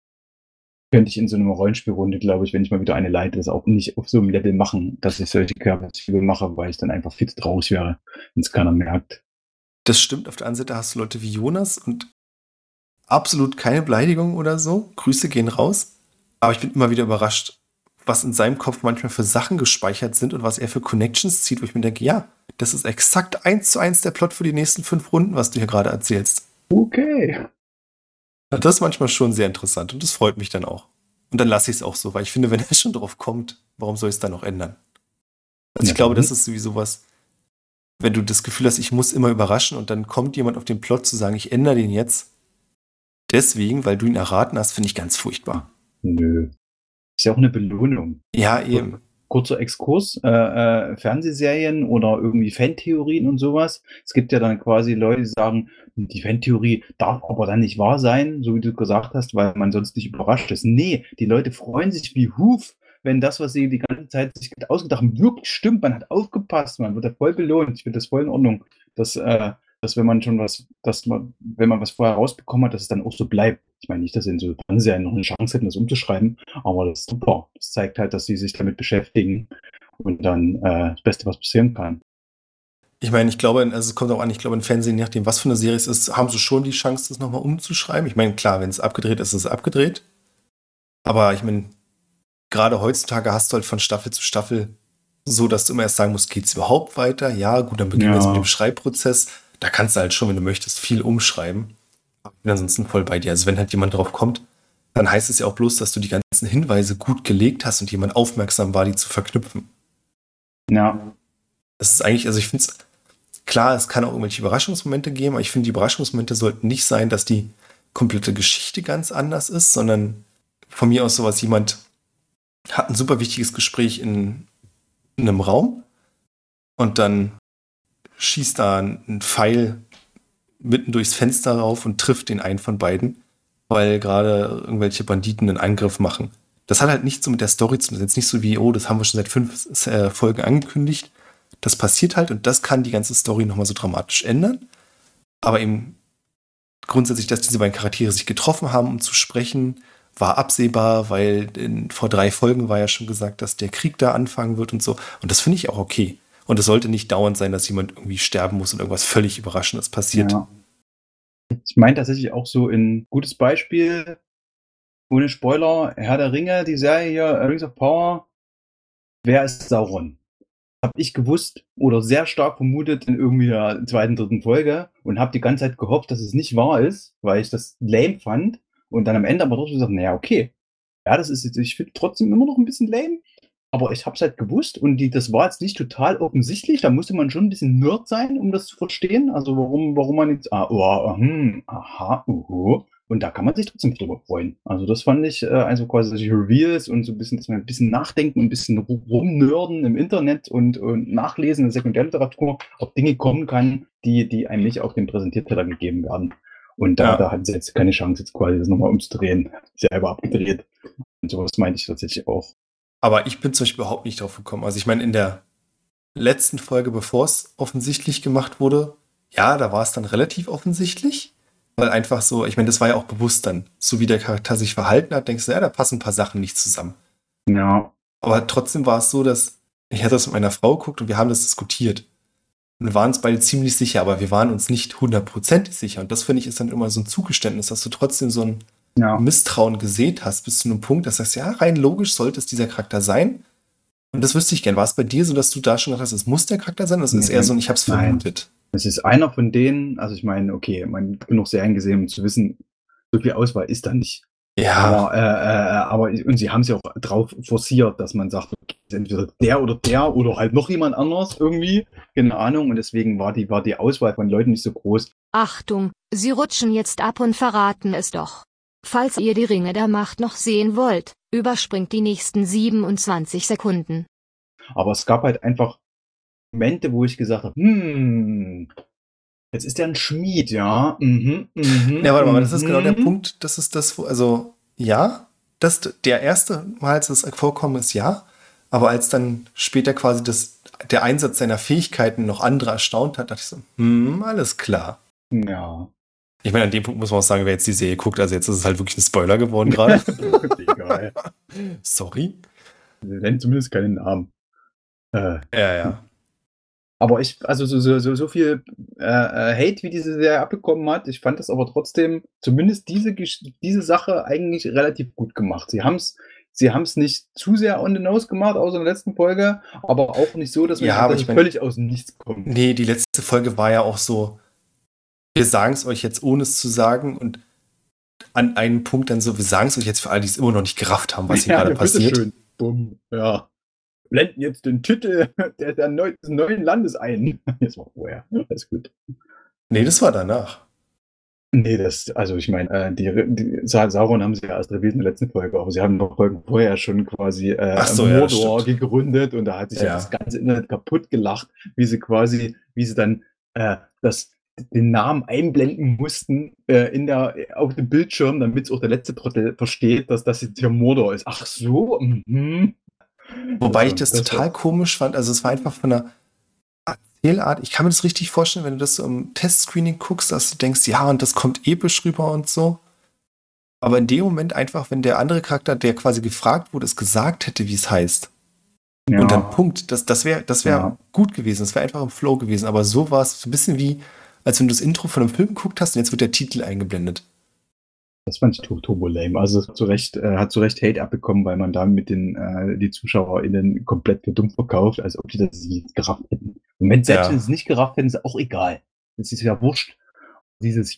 könnte ich in so einer Rollenspielrunde, glaube ich, wenn ich mal wieder eine leite, das auch nicht auf so einem Level machen, dass ich solche Querbezüge mache, weil ich dann einfach viel zu traurig wäre, wenn es keiner merkt. Das stimmt. Auf der anderen Seite hast du Leute wie Jonas und absolut keine Beleidigung oder so. Grüße gehen raus. Aber ich bin immer wieder überrascht, was in seinem Kopf manchmal für Sachen gespeichert sind und was er für Connections zieht, wo ich mir denke, ja, das ist exakt 1:1 der Plot für die nächsten 5 Runden, was du hier gerade erzählst. Okay. Das ist manchmal schon sehr interessant und das freut mich dann auch. Und dann lasse ich es auch so, weil ich finde, wenn er schon drauf kommt, warum soll ich es dann noch ändern? Also ich glaube, das ist sowieso was, wenn du das Gefühl hast, ich muss immer überraschen und dann kommt jemand auf den Plot zu sagen, ich ändere den jetzt deswegen, weil du ihn erraten hast, finde ich ganz furchtbar. Nö. Ist ja auch eine Belohnung. Ja, eben. Kurzer Exkurs, Fernsehserien oder irgendwie Fantheorien und sowas. Es gibt ja dann quasi Leute, die sagen, die Fantheorie darf aber dann nicht wahr sein, so wie du gesagt hast, weil man sonst nicht überrascht ist. Nee, die Leute freuen sich wie Huf, wenn das, was sie die ganze Zeit sich ausgedacht haben, wirklich stimmt. Man hat aufgepasst, man wird ja voll belohnt. Ich finde das voll in Ordnung, dass wenn man wenn man was vorher rausbekommen hat, dass es dann auch so bleibt. Ich meine nicht, dass sie in so Fernsehserien noch eine Chance hätten, das umzuschreiben, aber das ist super. Das zeigt halt, dass sie sich damit beschäftigen und dann das Beste, was passieren kann. Ich meine, ich glaube, also es kommt auch an, ich glaube, im Fernsehen, je nachdem, was für eine Serie es ist, haben sie schon die Chance, das nochmal umzuschreiben. Ich meine, klar, wenn es abgedreht ist, ist es abgedreht. Aber ich meine, gerade heutzutage hast du halt von Staffel zu Staffel so, dass du immer erst sagen musst, geht es überhaupt weiter? Ja, gut, dann beginnen wir jetzt mit dem Schreibprozess. Da kannst du halt schon, wenn du möchtest, viel umschreiben. Ich bin ansonsten voll bei dir. Also wenn halt jemand drauf kommt, dann heißt es ja auch bloß, dass du die ganzen Hinweise gut gelegt hast und jemand aufmerksam war, die zu verknüpfen. Ja. Das ist eigentlich, also ich finde es, klar, es kann auch irgendwelche Überraschungsmomente geben, aber ich finde, die Überraschungsmomente sollten nicht sein, dass die komplette Geschichte ganz anders ist, sondern von mir aus sowas, jemand hat ein super wichtiges Gespräch in einem Raum und dann schießt da ein Pfeil mitten durchs Fenster rauf und trifft den einen von beiden, weil gerade irgendwelche Banditen einen Angriff machen. Das hat halt nichts so mit der Story zu tun. Das ist jetzt nicht so wie, oh, das haben wir schon seit 5 Folgen angekündigt. Das passiert halt und das kann die ganze Story nochmal so dramatisch ändern. Aber eben grundsätzlich, dass diese beiden Charaktere sich getroffen haben, um zu sprechen, war absehbar, weil vor 3 Folgen war ja schon gesagt, dass der Krieg da anfangen wird und so. Und das finde ich auch okay. Und es sollte nicht dauernd sein, dass jemand irgendwie sterben muss und irgendwas völlig Überraschendes passiert. Ja. Ich meine tatsächlich auch so ein gutes Beispiel, ohne Spoiler, Herr der Ringe, die Serie hier, Rings of Power. Wer ist Sauron? Habe ich gewusst oder sehr stark vermutet in irgendwie der 2., 3. Folge und habe die ganze Zeit gehofft, dass es nicht wahr ist, weil ich das lame fand und dann am Ende aber trotzdem gesagt, naja, okay. Ja, das ist jetzt, ich finde trotzdem immer noch ein bisschen lame, aber ich habe es halt gewusst und das war jetzt nicht total offensichtlich. Da musste man schon ein bisschen Nerd sein, um das zu verstehen. Also warum man jetzt, aha, und da kann man sich trotzdem drüber freuen. Also das fand ich also quasi solche Reveals und so ein bisschen, dass man ein bisschen nachdenken und ein bisschen rumnörden im Internet und nachlesen in der Sekundärliteratur, ob Dinge kommen kann, die einem nicht auf dem Präsentierteller gegeben werden. Und da hatten sie jetzt keine Chance, jetzt quasi das nochmal umzudrehen. Selber abgedreht. Und sowas meinte ich tatsächlich auch. Aber ich bin zum Beispiel überhaupt nicht drauf gekommen. Also ich meine, in der letzten Folge, bevor es offensichtlich gemacht wurde, ja, da war es dann relativ offensichtlich. Weil einfach so, ich meine, das war ja auch bewusst dann, so wie der Charakter sich verhalten hat, denkst du, ja, da passen ein paar Sachen nicht zusammen. Ja. Aber trotzdem war es so, dass ich hatte das mit meiner Frau geguckt und wir haben das diskutiert. Und wir waren uns beide ziemlich sicher, aber wir waren uns nicht 100% sicher. Und das, finde ich, ist dann immer so ein Zugeständnis, dass du trotzdem so ein Misstrauen gesät hast, bis zu einem Punkt, dass du sagst, ja, rein logisch sollte es dieser Charakter sein. Und das wüsste ich gern. War es bei dir so, dass du da schon gedacht hast, es muss der Charakter sein? Das ist eher so ein, ich habe es vermutet. Es ist einer von denen, also ich meine, okay, man hat genug Serien gesehen, um zu wissen, so viel Auswahl ist da nicht. Ja. Aber und sie haben es ja auch drauf forciert, dass man sagt, okay, entweder der oder halt noch jemand anders irgendwie, keine Ahnung, und deswegen war die Auswahl von Leuten nicht so groß. Achtung, sie rutschen jetzt ab und verraten es doch. Falls ihr die Ringe der Macht noch sehen wollt, überspringt die nächsten 27 Sekunden. Aber es gab halt einfach Momente, wo ich gesagt habe, Jetzt ist er ein Schmied, ja. Ja, warte mal, aber das ist genau der Punkt, das ist das, also ja, der erste Mal, als das vorkommen ist, ja, aber als dann später quasi der Einsatz seiner Fähigkeiten noch andere erstaunt hat, dachte ich so, alles klar. Ja. Ich meine, an dem Punkt muss man auch sagen, wer jetzt die Serie guckt, also jetzt ist es halt wirklich ein Spoiler geworden gerade. Egal. Sorry. Wir nennen zumindest keinen Namen. Ja. Aber also so viel Hate, wie diese Serie abbekommen hat, ich fand das aber trotzdem, zumindest diese Sache eigentlich relativ gut gemacht. Sie haben's nicht zu sehr on the nose gemacht, außer in der letzten Folge, aber auch nicht so, dass Ja, aber es völlig aus dem Nichts kommt. Nee, die letzte Folge war ja auch so, wir sagen es euch jetzt, ohne es zu sagen, und an einem Punkt dann so, wir sagen es euch jetzt für alle, die es immer noch nicht gerafft haben, was hier gerade passiert. Schön. Bumm. Ja. Blenden jetzt den Titel des neuen Landes ein. Jetzt war vorher. Alles gut. Nee, das war danach. Nee, also ich meine, Sauron haben sie ja erst revealed in der letzten Folge, aber sie haben noch Folgen vorher schon quasi Mordor gegründet und da hat sich ja das ganze Internet kaputt gelacht, wie sie dann den Namen einblenden mussten auf dem Bildschirm, damit es auch der letzte Trottel versteht, dass das jetzt hier Mordor ist. Ach so, Wobei ich das total komisch fand, also es war einfach von der Erzählart, ich kann mir das richtig vorstellen, wenn du das so im Testscreening guckst, dass du denkst, ja, und das kommt episch rüber und so. Aber in dem Moment einfach, wenn der andere Charakter, der quasi gefragt wurde, es gesagt hätte, wie es heißt. Ja. Und dann Punkt, das wäre gut gewesen, das wäre einfach im Flow gewesen. Aber so war es so ein bisschen wie, als wenn du das Intro von einem Film geguckt hast und jetzt wird der Titel eingeblendet. Das fand ich turbo lame. Also hat zu Recht Hate abbekommen, weil man da mit die ZuschauerInnen komplett für dumm verkauft, als ob die das nicht gerafft hätten. Und wenn sie es nicht gerafft hätten, ist es auch egal. Es ist ja wurscht. Dieses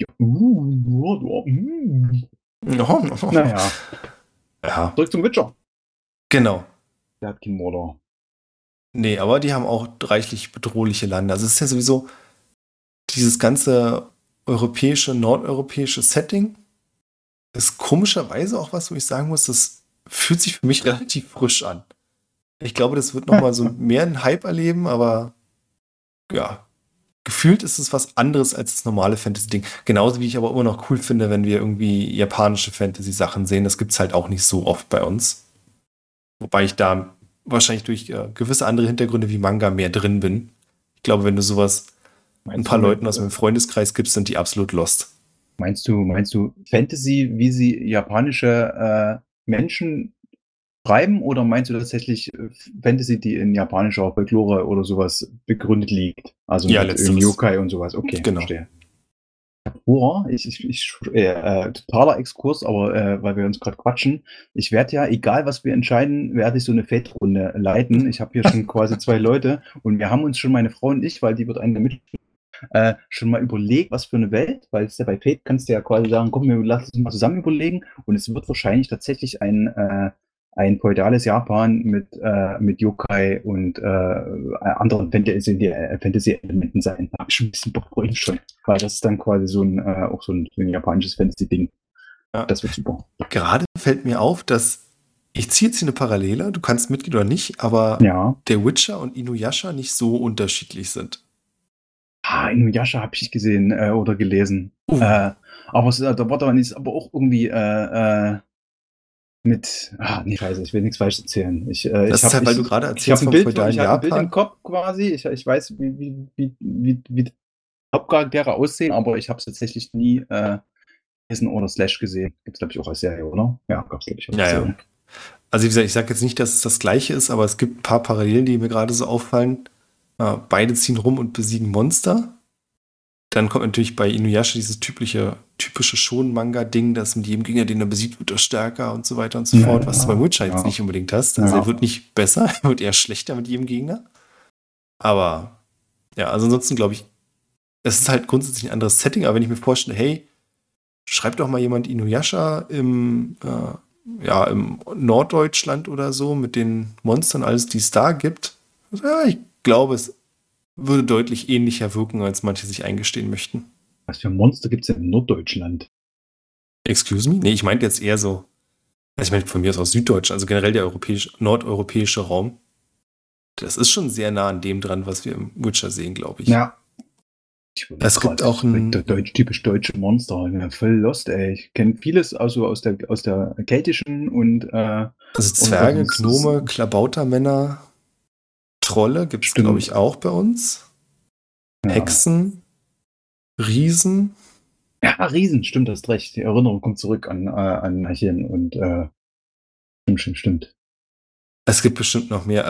Naja. Ja. Zurück zum Witcher. Genau. Der hat keinen Mordor. Nee, aber die haben auch reichlich bedrohliche Lande. Also es ist ja sowieso dieses ganze nordeuropäische Setting ist komischerweise auch was, wo ich sagen muss, das fühlt sich für mich relativ frisch an. Ich glaube, das wird nochmal so mehr einen Hype erleben, aber ja, gefühlt ist es was anderes als das normale Fantasy-Ding. Genauso wie ich aber immer noch cool finde, wenn wir irgendwie japanische Fantasy-Sachen sehen. Das gibt es halt auch nicht so oft bei uns. Wobei ich da wahrscheinlich durch gewisse andere Hintergründe wie Manga mehr drin bin. Ich glaube, wenn du sowas ein paar Leuten aus meinem Freundeskreis gibst, sind die absolut lost. Meinst du Fantasy, wie sie japanische Menschen schreiben, oder meinst du tatsächlich Fantasy, die in japanischer Folklore oder sowas begründet liegt? Also ja, mit Yokai und sowas. Okay, genau. Verstehe. Totaler Exkurs, aber weil wir uns gerade quatschen, ich werde ja, egal was wir entscheiden, werde ich so eine Fate-Runde leiten. Ich habe hier schon quasi 2 Leute und wir haben uns schon, meine Frau und ich, weil die wird eine mit schon mal überlegt, was für eine Welt, weil es ja bei Fate kannst du ja quasi sagen, komm, wir lassen uns mal zusammen überlegen, und es wird wahrscheinlich tatsächlich ein feudales Japan mit Yokai und anderen Fantasy-Elementen sein. Da habe ich schon ein bisschen Bock schon, weil das ist dann quasi so ein japanisches Fantasy-Ding. Ja. Das wird super. Gerade fällt mir auf, dass ich ziehe jetzt hier eine Parallele, du kannst mitgehen oder nicht, aber der Witcher und Inuyasha nicht so unterschiedlich sind. Inuyasha habe ich gesehen oder gelesen. Aber da war dann ist aber auch irgendwie ich will nichts falsch erzählen. Das ist halt, weil du gerade erzählst vom feudalen Japan. Ich habe ein Bild im Kopf quasi. Ich weiß, wie Hauptcharaktere aussehen, aber ich habe es tatsächlich nie gelesen oder Slash gesehen. Gibt es, glaube ich, auch als Serie, oder? Ja, gab es, glaube ich, auch als Serie. Also wie gesagt, ich sage jetzt nicht, dass es das Gleiche ist, aber es gibt ein paar Parallelen, die mir gerade so auffallen. Beide ziehen rum und besiegen Monster. Dann kommt natürlich bei Inuyasha dieses typische Shonen-Manga-Ding, dass mit jedem Gegner, den er besiegt, wird er stärker und so weiter und so fort, was du bei Witcher jetzt nicht unbedingt hast. Also er wird nicht besser, er wird eher schlechter mit jedem Gegner. Aber ja, also ansonsten glaube ich, es ist halt grundsätzlich ein anderes Setting, aber wenn ich mir vorstelle, hey, schreibt doch mal jemand Inuyasha im Norddeutschland oder so mit den Monstern, alles, die es da gibt. Ja, ich glaube, es würde deutlich ähnlicher wirken, als manche sich eingestehen möchten. Was für Monster gibt es denn in Norddeutschland? Excuse me? Nee, ich meinte jetzt eher so, ich meine von mir aus Süddeutschland, also generell der nordeuropäische Raum. Das ist schon sehr nah an dem dran, was wir im Witcher sehen, glaube ich. Ja. Es gibt auch ein, typisch deutsche Monster. Ich bin ja voll lost, ey. Ich kenne vieles also aus der keltischen und also und was Zwerge, ist Gnome, Klabautermänner, Trolle gibt es, glaube Stimmt. ich, auch bei uns. Ja. Hexen, Riesen. Ja, Riesen, stimmt, hast recht. Die Erinnerung kommt zurück an Märchen und stimmt. Es gibt bestimmt noch mehr.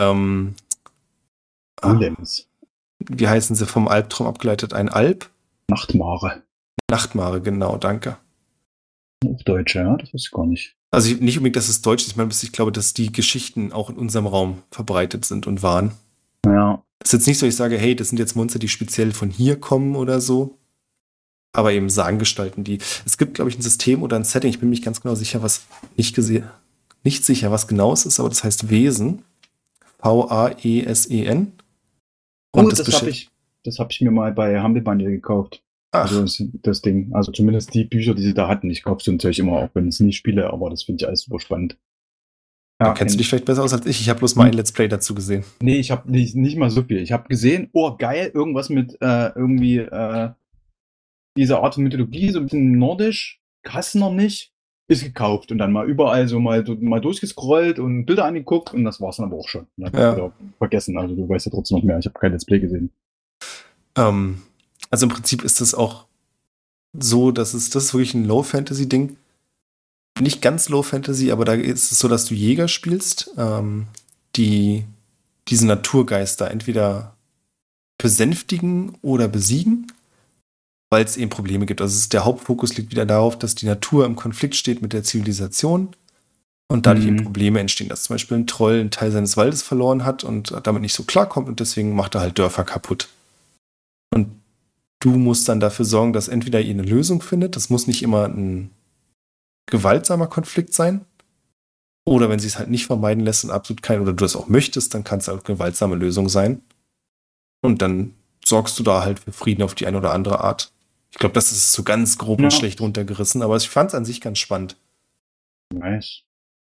Golems, Wie heißen sie vom Albtraum abgeleitet? Ein Alp? Nachtmare. Nachtmare, genau, danke. Auf Deutsch, ja, das wusste ich gar nicht. Also nicht unbedingt, dass es Deutsch ist, ich glaube, dass die Geschichten auch in unserem Raum verbreitet sind und waren. Ja. Es ist jetzt nicht so, ich sage, hey, das sind jetzt Monster, die speziell von hier kommen oder so. Aber eben Sagengestalten, die. Es gibt, glaube ich, ein System oder ein Setting, ich bin mir nicht ganz genau sicher, was nicht sicher, was genau es ist, aber das heißt Wesen. Vaesen. Und Das hab ich mir mal bei Humble Bundle gekauft. Ach, Also das Ding. Also zumindest die Bücher, die sie da hatten. Ich kaufe so ein Zeug immer, auch wenn ich es nie spiele, aber das finde ich alles super spannend. da kennst du dich vielleicht besser aus als ich. Ich habe bloß mal ein Let's Play dazu gesehen. Nee, ich habe nicht mal so viel. Ich habe gesehen, oh geil, irgendwas mit irgendwie diese Art von Mythologie, so ein bisschen nordisch, kannst noch nicht, ist gekauft und dann mal überall so mal durchgescrollt und Bilder angeguckt und das war's dann aber auch schon. Dann hab ich wieder vergessen, also du weißt ja trotzdem noch mehr. Ich habe kein Let's Play gesehen. Also im Prinzip ist das auch so, das ist wirklich ein Low-Fantasy-Ding. Nicht ganz Low-Fantasy, aber da ist es so, dass du Jäger spielst, die diese Naturgeister entweder besänftigen oder besiegen, weil es eben Probleme gibt. Also der Hauptfokus liegt wieder darauf, dass die Natur im Konflikt steht mit der Zivilisation und dadurch eben Probleme entstehen, dass zum Beispiel ein Troll einen Teil seines Waldes verloren hat und damit nicht so klarkommt und deswegen macht er halt Dörfer kaputt. Und du musst dann dafür sorgen, dass entweder ihr eine Lösung findet, das muss nicht immer ein gewaltsamer Konflikt sein, oder wenn sie es halt nicht vermeiden lässt und absolut kein, oder du das auch möchtest, dann kann es halt eine gewaltsame Lösung sein. Und dann sorgst du da halt für Frieden auf die eine oder andere Art. Ich glaube, das ist so ganz grob und schlecht runtergerissen, aber ich fand es an sich ganz spannend. Nice.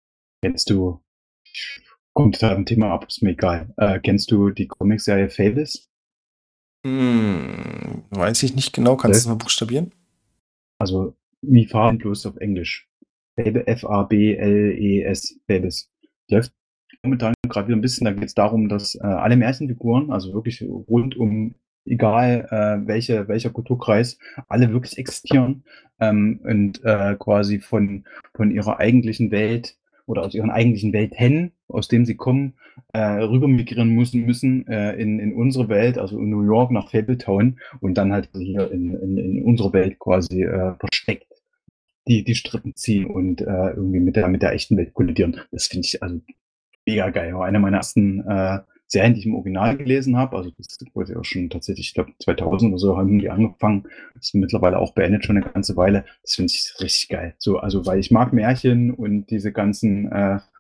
Kommt da ein Thema ab, ist mir egal. Kennst du die Comicserie Fables? Weiß ich nicht genau, kannst du es mal buchstabieren? Also, wie farbenlos auf Englisch. Fable, F-A-B-L-E-S, Fables. Die läuft momentan gerade wieder ein bisschen, da geht es darum, dass alle Märchenfiguren, also wirklich rund um, egal welcher Kulturkreis, alle wirklich existieren und quasi von ihrer eigentlichen Welt oder aus ihren eigentlichen Welten, aus dem sie kommen, rüber migrieren müssen in unsere Welt, also in New York nach Fabletown und dann halt hier in unserer Welt quasi versteckt die Strippen ziehen und irgendwie mit der echten Welt kollidieren. Das finde ich also mega geil. War eine meiner ersten Serien, die ich im Original gelesen habe. Also das wurde ja auch schon tatsächlich, ich glaube 2000 oder so haben die angefangen. Das ist mittlerweile auch beendet schon eine ganze Weile. Das finde ich richtig geil. So, also weil ich mag Märchen und diese ganzen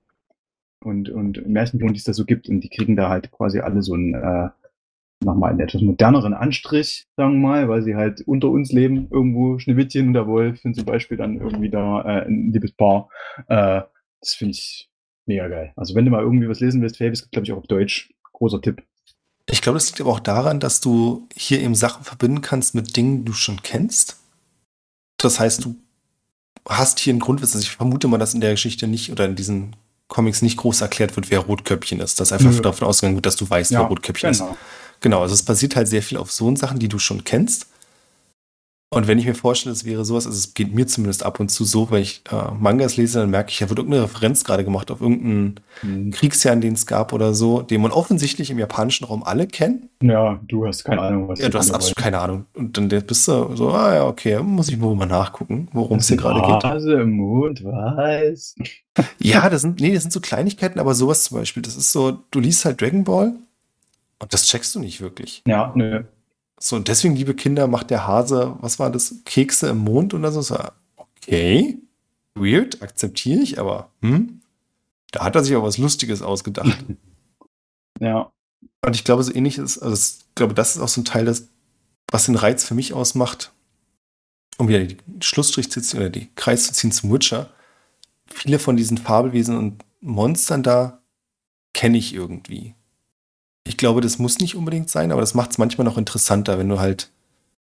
und Märchenfiguren, die es da so gibt und die kriegen da halt quasi alle so einen nochmal einen etwas moderneren Anstrich, sagen wir mal, weil sie halt unter uns leben, irgendwo Schneewittchen und der Wolf sind zum Beispiel dann irgendwie da ein liebes Paar. Das finde ich mega geil. Also wenn du mal irgendwie was lesen willst, Fables gibt, glaube ich, auch auf Deutsch. Großer Tipp. Ich glaube, das liegt aber auch daran, dass du hier eben Sachen verbinden kannst mit Dingen, die du schon kennst. Das heißt, du hast hier ein Grundwissen. Also ich vermute mal, dass in der Geschichte nicht oder in diesen Comics nicht groß erklärt wird, wer Rotköpfchen ist. Dass einfach davon ausgegangen wird, dass du weißt, wer Rotköpfchen ist. Genau, also es basiert halt sehr viel auf so Sachen, die du schon kennst. Und wenn ich mir vorstelle, es wäre sowas, also es geht mir zumindest ab und zu so, wenn ich Mangas lese, dann merke ich, da wird irgendeine Referenz gerade gemacht auf irgendeinen Kriegsjahr, den es gab oder so, den man offensichtlich im japanischen Raum alle kennen. Ja, du hast keine Ahnung, was. Ja, du hast absolut keine Ahnung. Und dann bist du so, ja, okay, muss ich wohl mal nachgucken, worum es hier gerade geht. Hase im Mond, was? Ja, das sind so Kleinigkeiten, aber sowas zum Beispiel, das ist so, du liest halt Dragon Ball und das checkst du nicht wirklich. Ja, nö. So, und deswegen, liebe Kinder, macht der Hase, was war das, Kekse im Mond oder so? Okay, weird, akzeptiere ich, aber da hat er sich auch was Lustiges ausgedacht. Ja. Und ich glaube, so ähnlich ist, also ich glaube, das ist auch so ein Teil, was den Reiz für mich ausmacht, um wieder die Schlussstrich zu ziehen oder die Kreis zu ziehen zum Witcher. Viele von diesen Fabelwesen und Monstern da kenne ich irgendwie. Ich glaube, das muss nicht unbedingt sein, aber das macht es manchmal noch interessanter, wenn du halt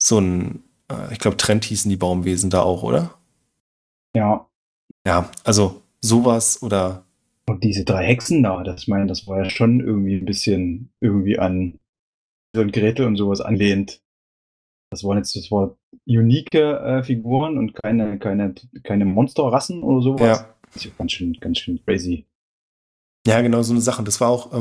so ein, ich glaube, Trent hießen die Baumwesen da auch, oder? Ja. Ja, also sowas oder. Und diese 3 Hexen da, das war ja schon irgendwie ein bisschen irgendwie an so ein Gretel und sowas anlehnt. Das war unique Figuren und keine Monsterrassen oder sowas. Ja. Das ist ja ganz schön crazy. Ja, genau, so eine Sache. Und das war auch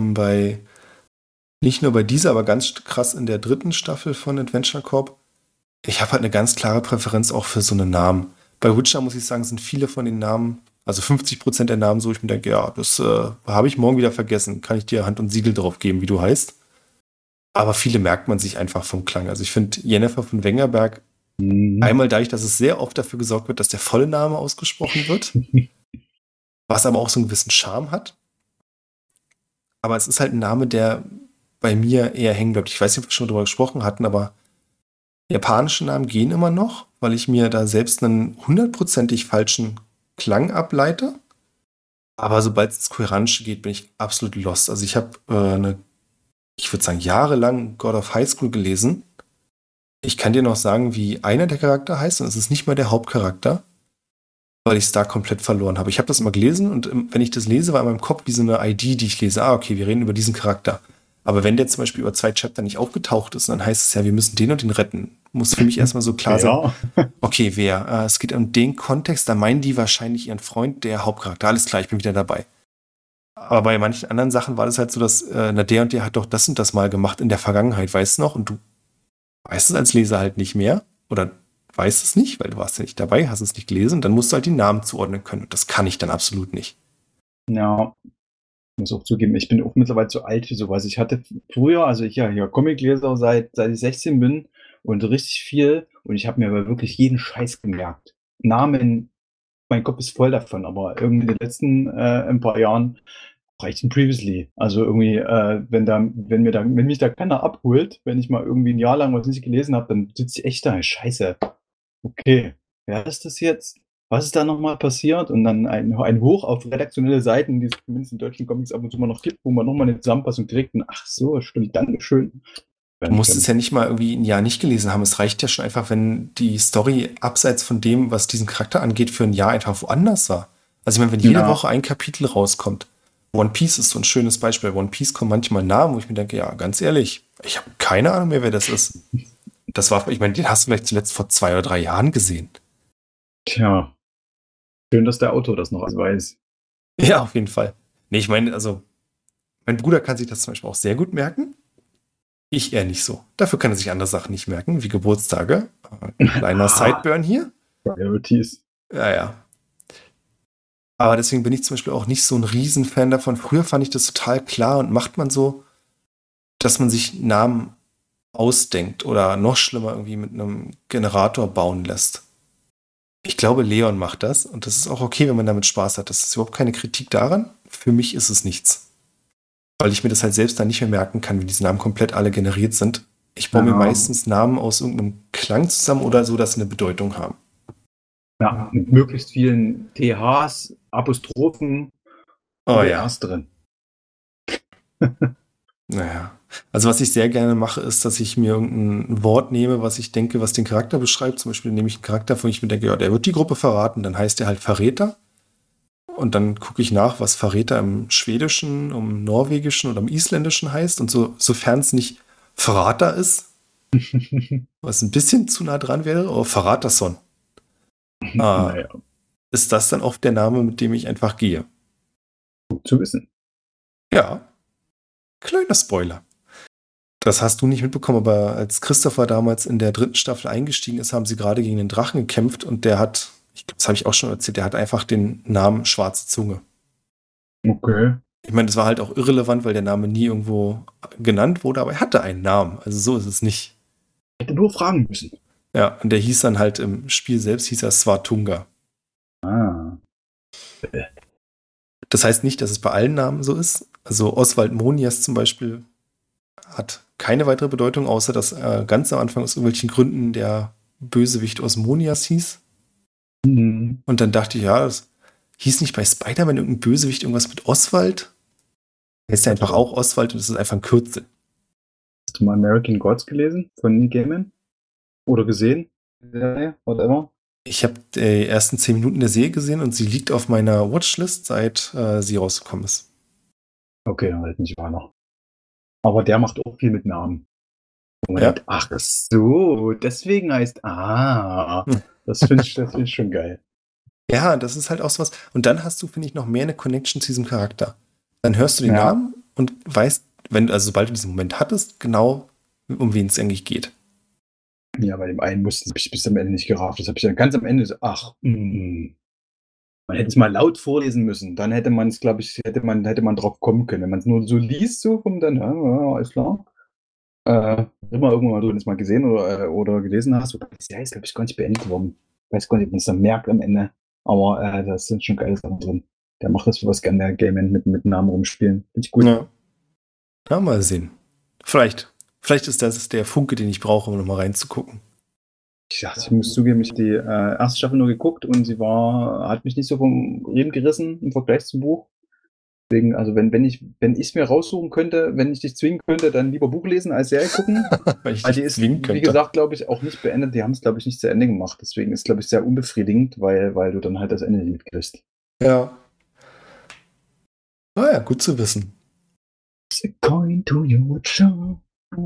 nicht nur bei dieser, aber ganz krass in der 3. Staffel von Adventure Corp. Ich habe halt eine ganz klare Präferenz auch für so einen Namen. Bei Witcher, muss ich sagen, sind viele von den Namen, also 50% der Namen so, ich mir denke, ja, das habe ich morgen wieder vergessen. Kann ich dir Hand und Siegel drauf geben, wie du heißt. Aber viele merkt man sich einfach vom Klang. Also ich finde Jennifer von Wengerberg einmal dadurch, dass es sehr oft dafür gesorgt wird, dass der volle Name ausgesprochen wird, was aber auch so einen gewissen Charme hat. Aber es ist halt ein Name, der bei mir eher hängen bleibt. Ich weiß nicht, ob wir schon drüber gesprochen hatten, aber japanische Namen gehen immer noch, weil ich mir da selbst einen 100%ig falschen Klang ableite. Aber sobald es ins Koreanische geht, bin ich absolut lost. Also ich habe ich würde sagen, jahrelang God of High School gelesen. Ich kann dir noch sagen, wie einer der Charakter heißt, und es ist nicht mal der Hauptcharakter, weil ich es da komplett verloren habe. Ich habe das immer gelesen und wenn ich das lese, war in meinem Kopf wie so eine ID, die ich lese. Ah, okay, wir reden über diesen Charakter. Aber wenn der zum Beispiel über 2 Chapter nicht aufgetaucht ist, dann heißt es ja, wir müssen den und den retten. Muss für mich erstmal so klar sein, okay, wer? Es geht um den Kontext, da meinen die wahrscheinlich ihren Freund, der Hauptcharakter. Alles klar, ich bin wieder dabei. Aber bei manchen anderen Sachen war das halt so, dass der und der hat doch das und das mal gemacht in der Vergangenheit, weißt du noch? Und du weißt es als Leser halt nicht mehr oder weißt es nicht, weil du warst ja nicht dabei, hast es nicht gelesen, dann musst du halt die Namen zuordnen können. Und das kann ich dann absolut nicht. Ja, ich muss auch zugeben, ich bin auch mittlerweile zu alt für sowas. Ich hatte früher, also ich ja hier Comicleser seit ich 16 bin und richtig viel und ich habe mir aber wirklich jeden Scheiß gemerkt. Namen, mein Kopf ist voll davon, aber irgendwie in den letzten ein paar Jahren reicht ein Previously. Also irgendwie, wenn mich da keiner abholt, wenn ich mal irgendwie ein Jahr lang was nicht gelesen habe, dann sitze ich echt da, Scheiße. Okay, wer ist das jetzt? Was ist da nochmal passiert? Und dann ein Hoch auf redaktionelle Seiten, die es zumindest in deutschen Comics ab und zu mal noch gibt, wo man nochmal eine Zusammenfassung kriegt. Und ach so, stimmt, Dankeschön. Du musst es ja nicht mal irgendwie ein Jahr nicht gelesen haben. Es reicht ja schon einfach, wenn die Story abseits von dem, was diesen Charakter angeht, für ein Jahr einfach woanders war. Also ich meine, wenn jede Woche ein Kapitel rauskommt, One Piece ist so ein schönes Beispiel. One Piece kommen manchmal Namen, wo ich mir denke, ja, ganz ehrlich, ich habe keine Ahnung mehr, wer das ist. Das war, ich meine, den hast du vielleicht zuletzt vor 2 oder 3 Jahren gesehen. Tja, schön, dass der Autor das noch weiß. Ja, auf jeden Fall. Nee, ich meine, also, mein Bruder kann sich das zum Beispiel auch sehr gut merken. Ich eher nicht so. Dafür kann er sich andere Sachen nicht merken, wie Geburtstage. Kleiner Sideburn hier. Priorities. Ja, ja. Aber deswegen bin ich zum Beispiel auch nicht so ein Riesenfan davon. Früher fand ich das total klar und macht man so, dass man sich Namen ausdenkt oder noch schlimmer irgendwie mit einem Generator bauen lässt. Ich glaube, Leon macht das und das ist auch okay, wenn man damit Spaß hat. Das ist überhaupt keine Kritik daran. Für mich ist es nichts. Weil ich mir das halt selbst dann nicht mehr merken kann, wie diese Namen komplett alle generiert sind. Ich baue mir meistens Namen aus irgendeinem Klang zusammen oder so, dass sie eine Bedeutung haben. Ja, mit möglichst vielen THs, Apostrophen und Rs drin. Naja. Also was ich sehr gerne mache, ist, dass ich mir irgendein Wort nehme, was ich denke, was den Charakter beschreibt. Zum Beispiel nehme ich einen Charakter, von dem ich mir denke, ja, der wird die Gruppe verraten. Dann heißt der halt Verräter. Und dann gucke ich nach, was Verräter im Schwedischen, im Norwegischen oder im Isländischen heißt. Und sofern es nicht Verrater ist, was ein bisschen zu nah dran wäre, aber Verraterson. Naja. Ist das dann oft der Name, mit dem ich einfach gehe? Gut zu wissen. Ja. Kleiner Spoiler. Das hast du nicht mitbekommen, aber als Christopher damals in der 3. Staffel eingestiegen ist, haben sie gerade gegen den Drachen gekämpft und der hat, ich glaube, das habe ich auch schon erzählt, der hat einfach den Namen Schwarze Zunge. Okay. Ich meine, das war halt auch irrelevant, weil der Name nie irgendwo genannt wurde, aber er hatte einen Namen. Also so ist es nicht. Hätte nur fragen müssen. Ja, und der hieß dann halt im Spiel selbst, hieß er Swatunga. Ah. Das heißt nicht, dass es bei allen Namen so ist. Also Oswald Monias zum Beispiel hat keine weitere Bedeutung, außer dass ganz am Anfang aus irgendwelchen Gründen der Bösewicht Osmonias hieß. Mhm. Und dann dachte ich, ja, das hieß nicht bei Spider-Man irgendein Bösewicht irgendwas mit Oswald? Der ist ja einfach auch Oswald und das ist einfach ein Kürzel. Hast du mal American Gods gelesen von Neil Gaiman? Oder gesehen? Serie, whatever. Ich habe die ersten 10 Minuten der Serie gesehen und sie liegt auf meiner Watchlist, seit sie rausgekommen ist. Okay, halt nicht weiter. Aber der macht auch viel mit Namen. Wo man Ja. denkt, ach so, deswegen heißt, das finde ich schon geil. Ja, das ist halt auch sowas. Und dann hast du, finde ich, noch mehr eine Connection zu diesem Charakter. Dann hörst du den Ja. Namen und weißt, also sobald du diesen Moment hattest, genau, um wen es eigentlich geht. Ja, bei dem einen mussten ich bis am Ende nicht gerafft. Das habe ich dann ganz am Ende so, man hätte es mal laut vorlesen müssen. Dann hätte man es, glaube ich, hätte man drauf kommen können. Wenn man es nur so liest, so kommt dann, ja, alles klar. Immer irgendwann mal, du das mal gesehen oder gelesen hast. Wobei die Serie ist, glaube ich, gar nicht beendet worden. Ich weiß gar nicht, ob man es dann merkt am Ende. Aber da sind schon geile Sachen drin. Der macht das für was gerne, der Game mit Namen rumspielen. Finde ich gut. Ja, mal sehen. Vielleicht ist das der Funke, den ich brauche, um nochmal reinzugucken. Ich muss zugeben, ich habe die erste Staffel nur geguckt und hat mich nicht so vom Riemen gerissen im Vergleich zum Buch. Deswegen, also wenn ich es mir raussuchen könnte, wenn ich dich zwingen könnte, dann lieber Buch lesen als Serie gucken. Weil ich Weil die dich ist, zwingen wie könnte. gesagt, glaube ich, auch nicht beendet. Die haben es, glaube ich, nicht zu Ende gemacht. Deswegen ist, glaube ich, sehr unbefriedigend, weil du dann halt das Ende nicht mitkriegst. Ja. Naja, gut zu wissen. According to your show,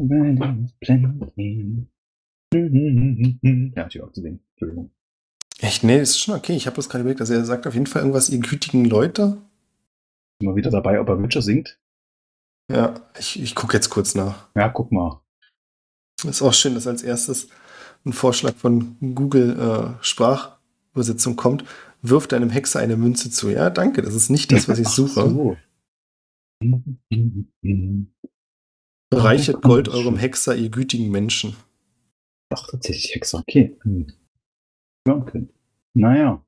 ja, ich auch zu sehen. Entschuldigung. Echt, nee, das ist schon okay. Ich habe das gerade überlegt. Also er sagt auf jeden Fall irgendwas, ihr gütigen Leute. Immer wieder dabei, ob er Witcher singt. Ja, ich gucke jetzt kurz nach. Ja, guck mal. Das ist auch schön, dass als erstes ein Vorschlag von Google Sprachübersetzung kommt. Wirft einem Hexer eine Münze zu. Ja, danke, das ist nicht das, was ich suche. So. Bereichert Gold eurem Hexer, ihr gütigen Menschen. Ach, tatsächlich Hexer. Okay. Ja, okay. Naja.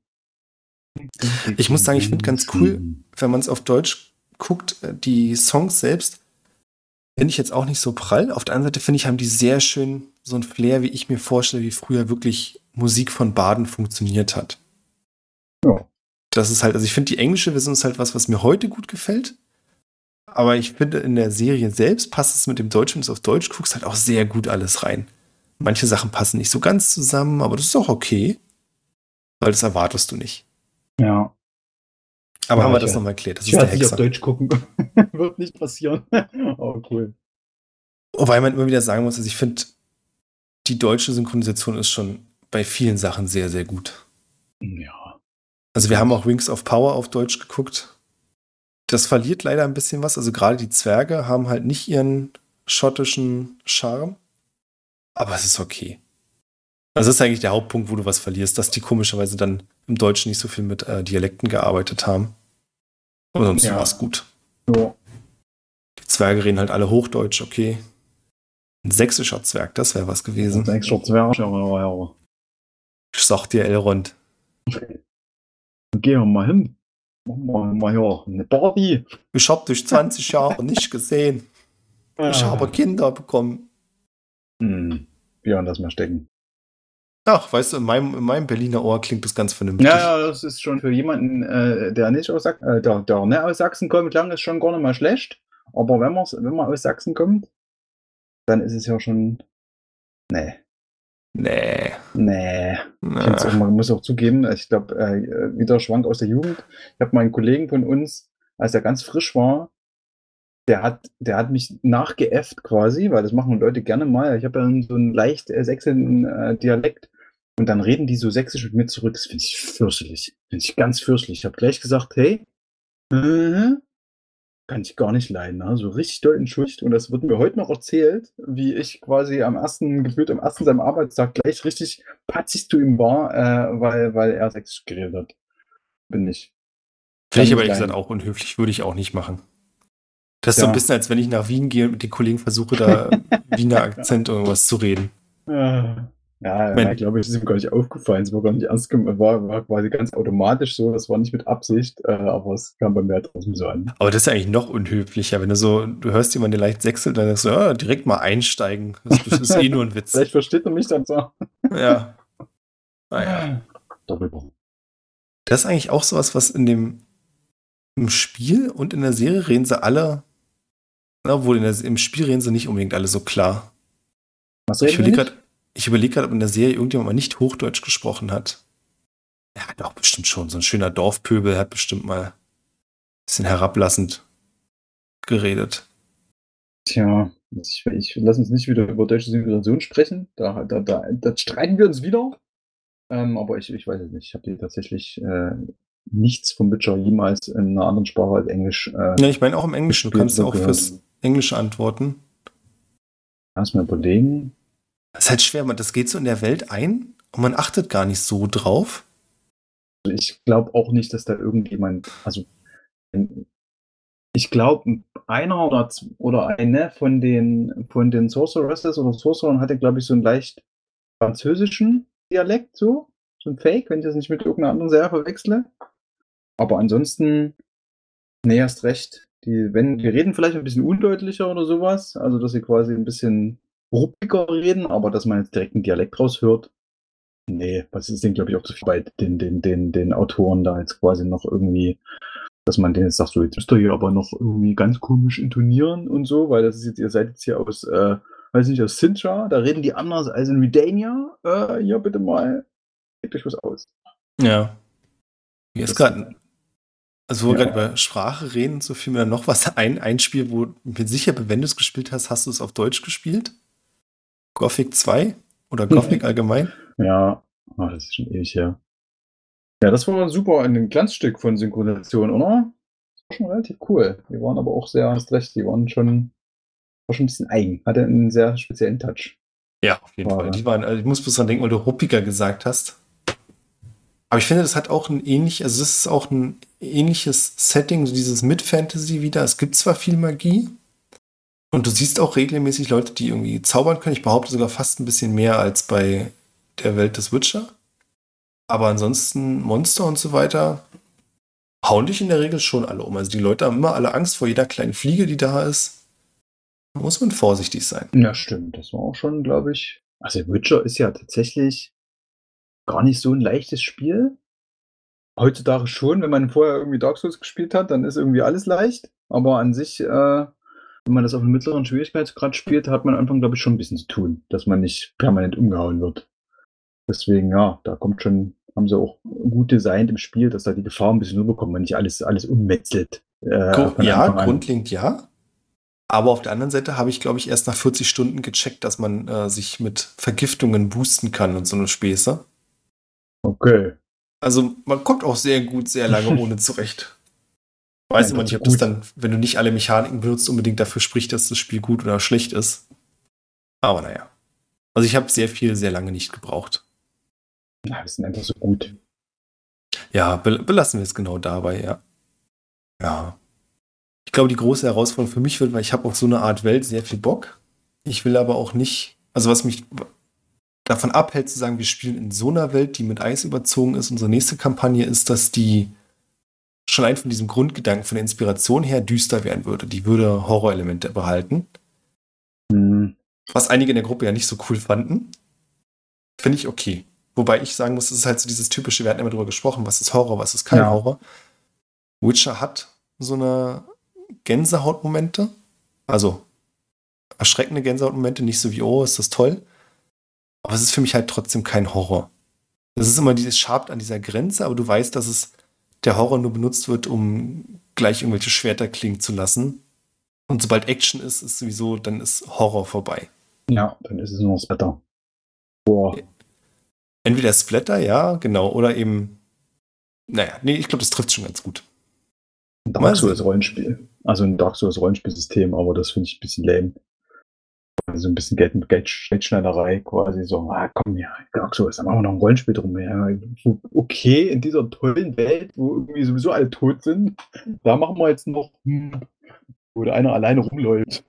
Ich muss sagen, ich finde ganz cool, wenn man es auf Deutsch guckt, die Songs selbst finde ich jetzt auch nicht so prall. Auf der anderen Seite finde ich, haben die sehr schön so ein Flair, wie ich mir vorstelle, wie früher wirklich Musik von Baden funktioniert hat. Ja. Das ist halt, also ich finde, die englische Version ist halt was mir heute gut gefällt. Aber ich finde, in der Serie selbst passt es mit dem Deutschen, wenn du es auf Deutsch guckst, halt auch sehr gut alles rein. Manche Sachen passen nicht so ganz zusammen, aber das ist auch okay. Weil das erwartest du nicht. Ja. Aber Ja, haben wir ich das werd- nochmal erklärt? Das Ich ist der werde nicht auf Hexer. Deutsch gucken. Wird nicht passieren. Oh, cool. Wobei man immer wieder sagen muss, also ich finde, die deutsche Synchronisation ist schon bei vielen Sachen sehr, sehr gut. Ja. Also wir haben auch Wings of Power auf Deutsch geguckt. Das verliert leider ein bisschen was. Also gerade die Zwerge haben halt nicht ihren schottischen Charme. Aber es ist okay. Also das ist eigentlich der Hauptpunkt, wo du was verlierst, dass die komischerweise dann im Deutschen nicht so viel mit Dialekten gearbeitet haben. Aber sonst Ja. war es gut. Ja. Die Zwerge reden halt alle Hochdeutsch, okay. Ein sächsischer Zwerg, das wäre was gewesen. Das extra Zwerg, aber Ich sag dir, Elrond. gehen wir mal hin. Machen wir mal hier eine Party. Ich hab dich 20 Jahre nicht gesehen. Ich habe Kinder bekommen. Ja, lass mal stecken. Ach, weißt du, in meinem Berliner Ohr klingt das ganz vernünftig. Ja, das ist schon für jemanden, der nicht aus Sachsen, der nicht aus Sachsen kommt, klang es schon gar nicht mal schlecht. Aber wenn man aus Sachsen kommt, dann ist es ja schon. Nee. Nee. Man muss auch zugeben, ich glaube, wieder Schwank aus der Jugend. Ich habe meinen Kollegen von uns, als er ganz frisch war, der hat mich nachgeäfft quasi, weil das machen Leute gerne mal. Ich habe ja so einen leicht sächsischen Dialekt und dann reden die so sächsisch mit mir zurück. Das finde ich fürchterlich. Finde ich ganz fürchterlich. Ich habe gleich gesagt, hey, kann ich gar nicht leiden. Ne? So richtig doll entschuldigt. Und das wird mir heute noch erzählt, wie ich quasi gefühlt am ersten seinem Arbeitstag gleich richtig patzig zu ihm war, weil er sächsisch geredet hat. Bin ich. Finde ich Kann aber nicht ehrlich gesagt leiden. auch unhöflich, würde ich auch nicht machen. Das ist so Ja. ein bisschen, als wenn ich nach Wien gehe und mit den Kollegen versuche, da Wiener Akzent irgendwas zu reden. Ja, glaube ich, ist ihm gar nicht aufgefallen. Es war gar nicht ernst gemeint, war quasi ganz automatisch so. Das war nicht mit Absicht, aber es kam bei mir halt trotzdem so an. Aber das ist ja eigentlich noch unhöflicher, wenn du hörst jemanden, der leicht sächselt, dann sagst du, ja, direkt mal einsteigen. Das ist eh nur ein Witz. Vielleicht versteht er mich dann so. Ja. Naja. Darüber. Das ist eigentlich auch sowas, was im Spiel und in der Serie reden sie alle, obwohl im Spiel reden sie nicht unbedingt alle so klar. Was Ich reden wir überlege nicht? gerade, Ich überlege gerade, ob in der Serie irgendjemand mal nicht Hochdeutsch gesprochen hat. Ja, doch, bestimmt schon. So ein schöner Dorfpöbel hat bestimmt mal ein bisschen herablassend geredet. Tja, lass uns nicht wieder über deutsche Synchronisation sprechen. Da streiten wir uns wieder. Aber ich weiß es nicht. Ich habe tatsächlich nichts vom Witcher jemals in einer anderen Sprache als Englisch Ja, ich meine auch im Englischen. Du kannst ja auch gehört. fürs Englische antworten. Lass mal überlegen. Das ist halt schwer. Das geht so in der Welt ein und man achtet gar nicht so drauf. Also ich glaube auch nicht, dass da irgendjemand, also ich glaube, einer oder eine von den Sorceresses oder Sorcerern hatte, glaube ich, so einen leicht französischen Dialekt, so ein Fake, wenn ich das nicht mit irgendeiner anderen Serie verwechsle. Aber ansonsten, nee, hast recht. Die reden vielleicht ein bisschen undeutlicher oder sowas, also dass sie quasi ein bisschen ruppiger reden, aber dass man jetzt direkt einen Dialekt raushört, nee, was ist denn, glaube ich, auch zu viel bei den Autoren da jetzt quasi noch irgendwie, dass man denen jetzt sagt, so, jetzt müsst ihr hier aber noch irgendwie ganz komisch intonieren und so, weil das ist jetzt, ihr seid jetzt hier aus, weiß nicht, aus Sintra, da reden die anders als in Redania. Hier bitte mal, gebt euch was aus. Ja. Hier ist gerade, also wo wir Ja. gerade über Sprache reden, so fiel mir dann noch was ein Spiel, wo mir sicher, wenn du es gespielt hast, hast du es auf Deutsch gespielt? Gothic 2 oder Gothic allgemein? Ja, das ist schon ewig her. Ja, das war super ein Glanzstück von Synchronisation, oder? Das war schon relativ cool. Die waren aber auch sehr, hast recht, war schon ein bisschen eigen. Hatte einen sehr speziellen Touch. Ja, auf jeden Fall. Die waren, also ich muss bloß dran denken, weil du ruppiger gesagt hast. Aber ich finde, das hat auch das ist auch ein ähnliches Setting, so dieses Mid-Fantasy wieder. Es gibt zwar viel Magie und du siehst auch regelmäßig Leute, die irgendwie zaubern können. Ich behaupte sogar fast ein bisschen mehr als bei der Welt des Witcher. Aber ansonsten Monster und so weiter hauen dich in der Regel schon alle um. Also die Leute haben immer alle Angst vor jeder kleinen Fliege, die da ist. Da muss man vorsichtig sein. Ja, stimmt. Das war auch schon, glaube ich. Also Witcher ist ja tatsächlich gar nicht so ein leichtes Spiel. Heutzutage schon, wenn man vorher irgendwie Dark Souls gespielt hat, dann ist irgendwie alles leicht. Aber an sich, wenn man das auf einem mittleren Schwierigkeitsgrad spielt, hat man am Anfang, glaube ich, schon ein bisschen zu tun, dass man nicht permanent umgehauen wird. Deswegen, ja, da haben sie auch gut designt im Spiel, dass da die Gefahr ein bisschen rüberkommt, man nicht alles ummetzelt. Ja, grundlegend ja. Aber auf der anderen Seite habe ich, glaube ich, erst nach 40 Stunden gecheckt, dass man sich mit Vergiftungen boosten kann und so eine Späße. Okay. Also man kommt auch sehr gut, sehr lange ohne zurecht. Ich weiß immer nicht, ob das dann, wenn du nicht alle Mechaniken benutzt, unbedingt dafür spricht, dass das Spiel gut oder schlecht ist. Aber naja. Also ich habe sehr viel, sehr lange nicht gebraucht. Ja, wir sind einfach so gut. Ja, belassen wir es genau dabei, ja. Ja. Ich glaube, die große Herausforderung für mich wird, weil ich habe auf so eine Art Welt sehr viel Bock. Ich will aber auch nicht, also was mich davon abhält zu sagen, wir spielen in so einer Welt, die mit Eis überzogen ist. Unsere nächste Kampagne ist, dass die schon allein von diesem Grundgedanken, von der Inspiration her düster werden würde. Die würde Horrorelemente behalten. Was einige in der Gruppe ja nicht so cool fanden. Finde ich okay. Wobei ich sagen muss, es ist halt so dieses typische, wir hatten immer drüber gesprochen, was ist Horror, was ist kein Horror. Witcher hat so eine Gänsehautmomente. Also erschreckende Gänsehautmomente, nicht so wie, oh, ist das toll. Aber es ist für mich halt trotzdem kein Horror. Das ist immer dieses Schabt an dieser Grenze, aber du weißt, dass der Horror nur benutzt wird, um gleich irgendwelche Schwerter klingen zu lassen. Und sobald Action ist sowieso, dann ist Horror vorbei. Ja, dann ist es nur Splatter. Boah. Entweder Splatter, ja, genau, oder eben, naja, nee, ich glaube, das trifft schon ganz gut. Dark Souls Rollenspiel. Also ein Dark Souls Rollenspielsystem, aber das finde ich ein bisschen lame. Also ein bisschen Geldschneiderei quasi so, komm ja, Dark Souls, dann machen wir noch ein Rollenspiel drum. Ja, okay, in dieser tollen Welt, wo irgendwie sowieso alle tot sind, da machen wir jetzt noch, wo der einer alleine rumläuft.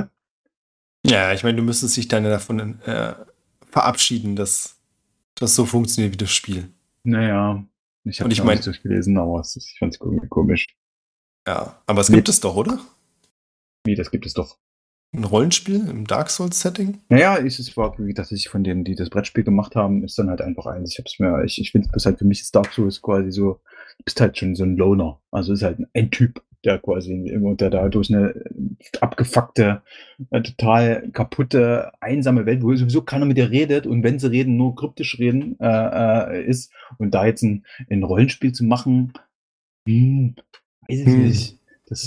Ja, ich meine, du müsstest dich dann davon verabschieden, dass das so funktioniert wie das Spiel. Naja, ich habe es nicht durchgelesen, aber ich fand es irgendwie komisch. Ja, aber es gibt es doch, oder? Nee, das gibt es doch. Ein Rollenspiel im Dark Souls-Setting? Naja, es war, wie dass ich von denen, die das Brettspiel gemacht haben, ist dann halt einfach eins. Ich finde das halt, für mich ist Dark Souls quasi so, du bist halt schon so ein Loner. Also ist halt ein Typ. der da durch eine abgefuckte, total kaputte, einsame Welt, wo sowieso keiner mit dir redet und wenn sie reden, nur kryptisch reden, ist. Und da jetzt ein Rollenspiel zu machen, weiß ich nicht.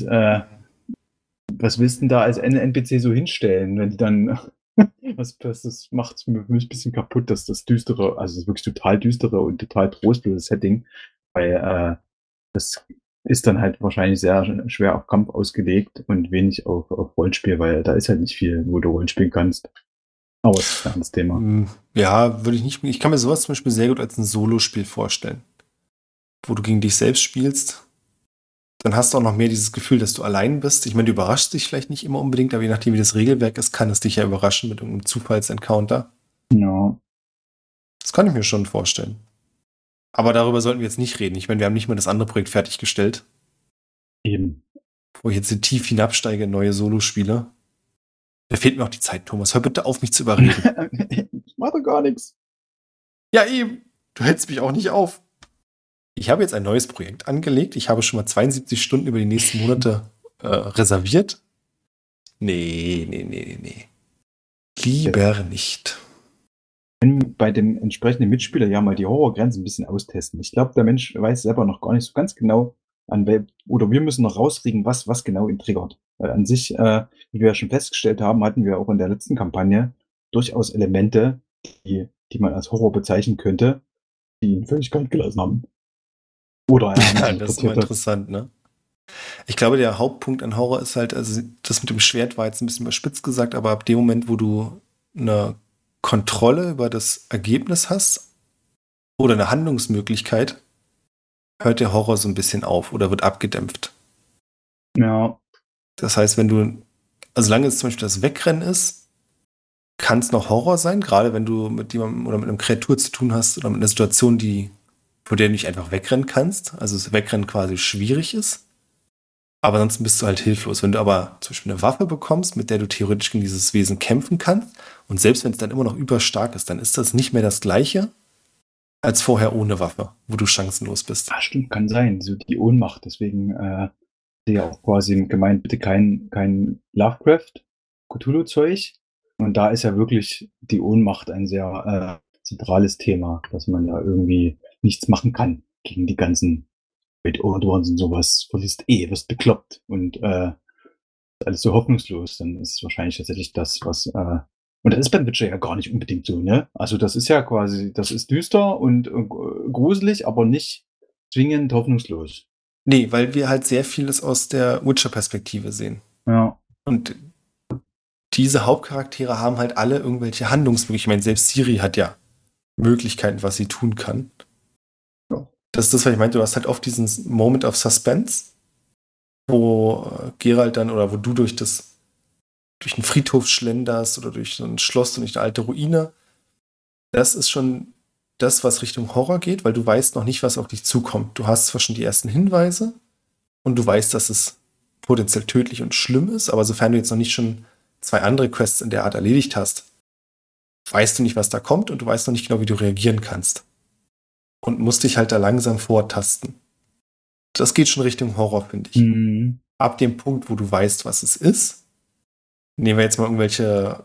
Was willst du denn da als NPC so hinstellen, wenn die dann das macht für mich ein bisschen kaputt, dass das düstere, also das wirklich total düstere und total trostlose Setting, weil das ist dann halt wahrscheinlich sehr schwer auf Kampf ausgelegt und wenig auf Rollenspiel, weil da ist halt nicht viel, wo du Rollenspielen kannst. Aber das ist ein anderes Thema. Ja, würde ich nicht. Ich kann mir sowas zum Beispiel sehr gut als ein Solospiel vorstellen, wo du gegen dich selbst spielst. Dann hast du auch noch mehr dieses Gefühl, dass du allein bist. Ich meine, du überraschst dich vielleicht nicht immer unbedingt, aber je nachdem, wie das Regelwerk ist, kann es dich ja überraschen mit irgendeinem Zufallsencounter. Ja. Das kann ich mir schon vorstellen. Aber darüber sollten wir jetzt nicht reden. Ich meine, wir haben nicht mal das andere Projekt fertiggestellt. Eben. Wo ich jetzt tief hinabsteige in neue Solospiele. Da fehlt mir auch die Zeit, Thomas. Hör bitte auf, mich zu überreden. Ich mache doch gar nichts. Ja, eben. Du hältst mich auch nicht auf. Ich habe jetzt ein neues Projekt angelegt. Ich habe schon mal 72 Stunden über die nächsten Monate reserviert. Nee. Lieber nicht. Bei dem entsprechenden Mitspieler ja mal die Horrorgrenze ein bisschen austesten. Ich glaube, der Mensch weiß selber noch gar nicht so ganz genau, oder wir müssen noch rauskriegen, was genau ihn triggert. Weil an sich, wie wir ja schon festgestellt haben, hatten wir auch in der letzten Kampagne durchaus Elemente, die man als Horror bezeichnen könnte, die ihn völlig kalt gelassen haben. Oder ja, das ist immer interessant, ne? Ich glaube, der Hauptpunkt an Horror ist halt, also das mit dem Schwert war jetzt ein bisschen überspitzt gesagt, aber ab dem Moment, wo du eine Kontrolle über das Ergebnis hast oder eine Handlungsmöglichkeit, hört der Horror so ein bisschen auf oder wird abgedämpft. Ja. Das heißt, solange es zum Beispiel das Wegrennen ist, kann es noch Horror sein, gerade wenn du mit jemandem oder mit einer Kreatur zu tun hast oder mit einer Situation, vor der du nicht einfach wegrennen kannst, also das Wegrennen quasi schwierig ist. Aber ansonsten bist du halt hilflos. Wenn du aber zum Beispiel eine Waffe bekommst, mit der du theoretisch gegen dieses Wesen kämpfen kannst, und selbst wenn es dann immer noch überstark ist, dann ist das nicht mehr das Gleiche als vorher ohne Waffe, wo du chancenlos bist. Ja, stimmt, kann sein. So die Ohnmacht. Deswegen ja auch quasi gemeint, bitte kein Lovecraft, Cthulhu-Zeug. Und da ist ja wirklich die Ohnmacht ein sehr zentrales Thema, dass man ja irgendwie nichts machen kann gegen die ganzen Red Ones und sowas. Verlierst wirst bekloppt und alles so hoffnungslos. Dann ist es wahrscheinlich tatsächlich das, was und das ist beim Witcher ja gar nicht unbedingt so, ne? Also das ist ja quasi, das ist düster und gruselig, aber nicht zwingend hoffnungslos. Nee, weil wir halt sehr vieles aus der Witcher-Perspektive sehen. Ja. Und diese Hauptcharaktere haben halt alle irgendwelche Handlungsmöglichkeiten. Ich meine, selbst Ciri hat ja Möglichkeiten, was sie tun kann. Ja. Das ist das, was ich meinte. Du hast halt oft diesen Moment of Suspense, wo Geralt dann oder wo du durch einen Friedhof schlenderst oder durch so ein Schloss und durch eine alte Ruine. Das ist schon das, was Richtung Horror geht, weil du weißt noch nicht, was auf dich zukommt. Du hast zwar schon die ersten Hinweise und du weißt, dass es potenziell tödlich und schlimm ist, aber sofern du jetzt noch nicht schon 2 andere Quests in der Art erledigt hast, weißt du nicht, was da kommt und du weißt noch nicht genau, wie du reagieren kannst. Und musst dich halt da langsam vortasten. Das geht schon Richtung Horror, finde ich. Mhm. Ab dem Punkt, wo du weißt, was es ist, nehmen wir jetzt mal irgendwelche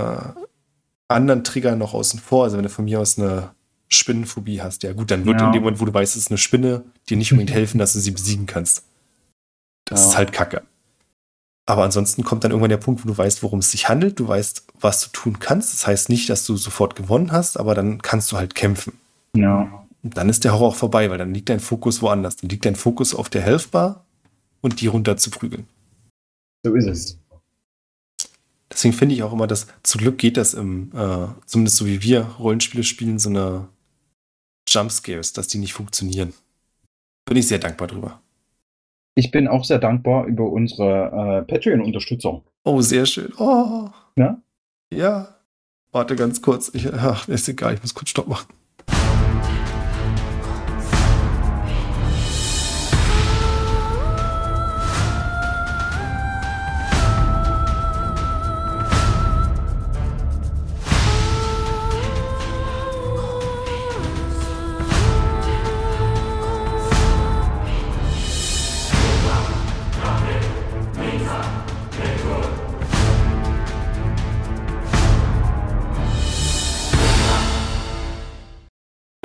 anderen Trigger noch außen vor. Also wenn du von mir aus eine Spinnenphobie hast, ja gut, dann wird in dem Moment, wo du weißt, es ist eine Spinne, dir nicht unbedingt helfen, dass du sie besiegen kannst. Das ist halt Kacke. Aber ansonsten kommt dann irgendwann der Punkt, wo du weißt, worum es sich handelt. Du weißt, was du tun kannst. Das heißt nicht, dass du sofort gewonnen hast, aber dann kannst du halt kämpfen. Ja. Und dann ist der Horror auch vorbei, weil dann liegt dein Fokus woanders. Dann liegt dein Fokus auf der Health-Bar und die runter zu prügeln. So ist es. Deswegen finde ich auch immer, dass zum Glück geht das zumindest so wie wir Rollenspiele spielen, so eine Jumpscares, dass die nicht funktionieren. Bin ich sehr dankbar drüber. Ich bin auch sehr dankbar über unsere Patreon-Unterstützer. Oh, sehr schön. Oh. Ja? Ja. Warte ganz kurz. Ist egal, ich muss kurz Stopp machen.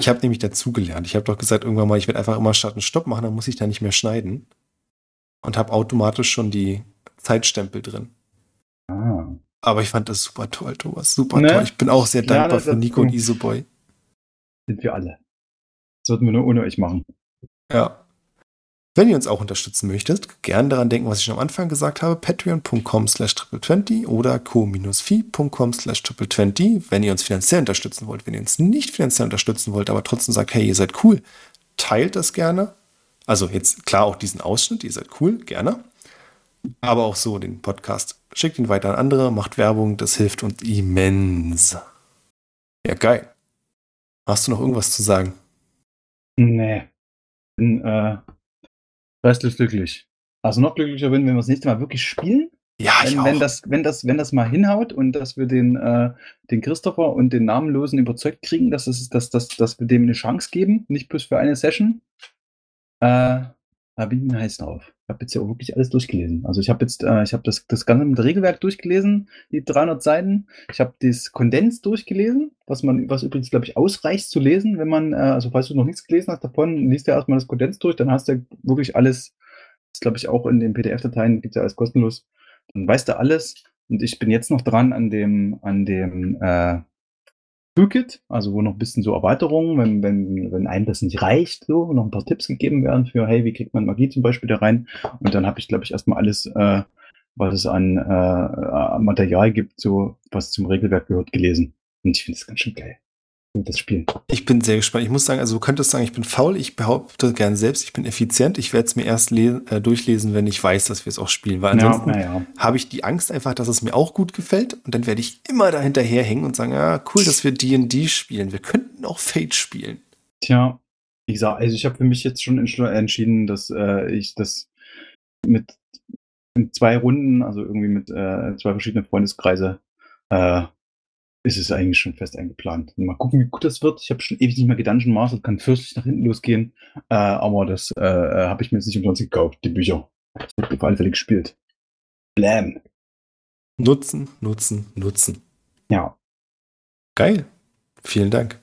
Ich habe nämlich dazugelernt. Ich habe doch gesagt irgendwann mal, ich werde einfach immer Start und Stopp machen, dann muss ich da nicht mehr schneiden. Und habe automatisch schon die Zeitstempel drin. Ah. Aber ich fand das super toll, Thomas. Super Ne? toll. Ich bin auch sehr dankbar für dazu. Nico und Isoboy. Sind wir alle. Das sollten wir nur ohne euch machen. Ja. Wenn ihr uns auch unterstützen möchtet, gern daran denken, was ich schon am Anfang gesagt habe, patreon.com/triple20 oder co-fi.com/triple20, wenn ihr uns finanziell unterstützen wollt. Wenn ihr uns nicht finanziell unterstützen wollt, aber trotzdem sagt, hey, ihr seid cool, teilt das gerne. Also jetzt klar auch diesen Ausschnitt, ihr seid cool, gerne. Aber auch so den Podcast. Schickt ihn weiter an andere, macht Werbung, das hilft uns immens. Ja, geil. Hast du noch irgendwas zu sagen? Nee. Bin restlos glücklich. Also noch glücklicher bin, wenn wir das nächste Mal wirklich spielen. Ja, ich auch. Wenn das mal hinhaut und dass wir den Christopher und den Namenlosen überzeugt kriegen, dass wir dem eine Chance geben, nicht bloß für eine Session, da bin ich mir heiß drauf. Ich habe jetzt ja auch wirklich alles durchgelesen. Also ich habe jetzt das ganze Regelwerk durchgelesen, die 300 Seiten. Ich habe das Kondens durchgelesen, was übrigens, glaube ich, ausreicht zu lesen, wenn man, also falls du noch nichts gelesen hast davon, liest ja erstmal das Kondens durch, dann hast du wirklich alles, das glaube ich auch in den PDF-Dateien, gibt es ja alles kostenlos. Dann weißt du alles. Und ich bin jetzt noch dran an dem Toolkit, also wo noch ein bisschen so Erweiterungen, wenn einem das nicht reicht, so noch ein paar Tipps gegeben werden für, hey, wie kriegt man Magie zum Beispiel da rein? Und dann habe ich, glaube ich, erstmal alles, was es an Material gibt, so was zum Regelwerk gehört, gelesen. Und ich finde das ganz schön geil. Das Spiel. Ich bin sehr gespannt. Ich muss sagen, also du könntest sagen, ich bin faul. Ich behaupte gern selbst, ich bin effizient. Ich werde es mir erst durchlesen, wenn ich weiß, dass wir es auch spielen. Weil ansonsten habe ich die Angst einfach, dass es mir auch gut gefällt. Und dann werde ich immer dahinterher hängen und sagen, ja, cool, dass wir D&D spielen. Wir könnten auch Fate spielen. Tja, wie gesagt, also ich habe für mich jetzt schon entschieden, dass ich das mit in 2 Runden, also irgendwie mit 2 verschiedenen Freundeskreise, ist es eigentlich schon fest eingeplant. Mal gucken, wie gut das wird. Ich habe schon ewig nicht mehr Dungeon Master, kann fürstlich nach hinten losgehen. Aber das habe ich mir jetzt nicht umsonst gekauft, die Bücher. Das wird auf alle Fälle gespielt. Blam. Nutzen, nutzen, nutzen. Ja. Geil. Vielen Dank.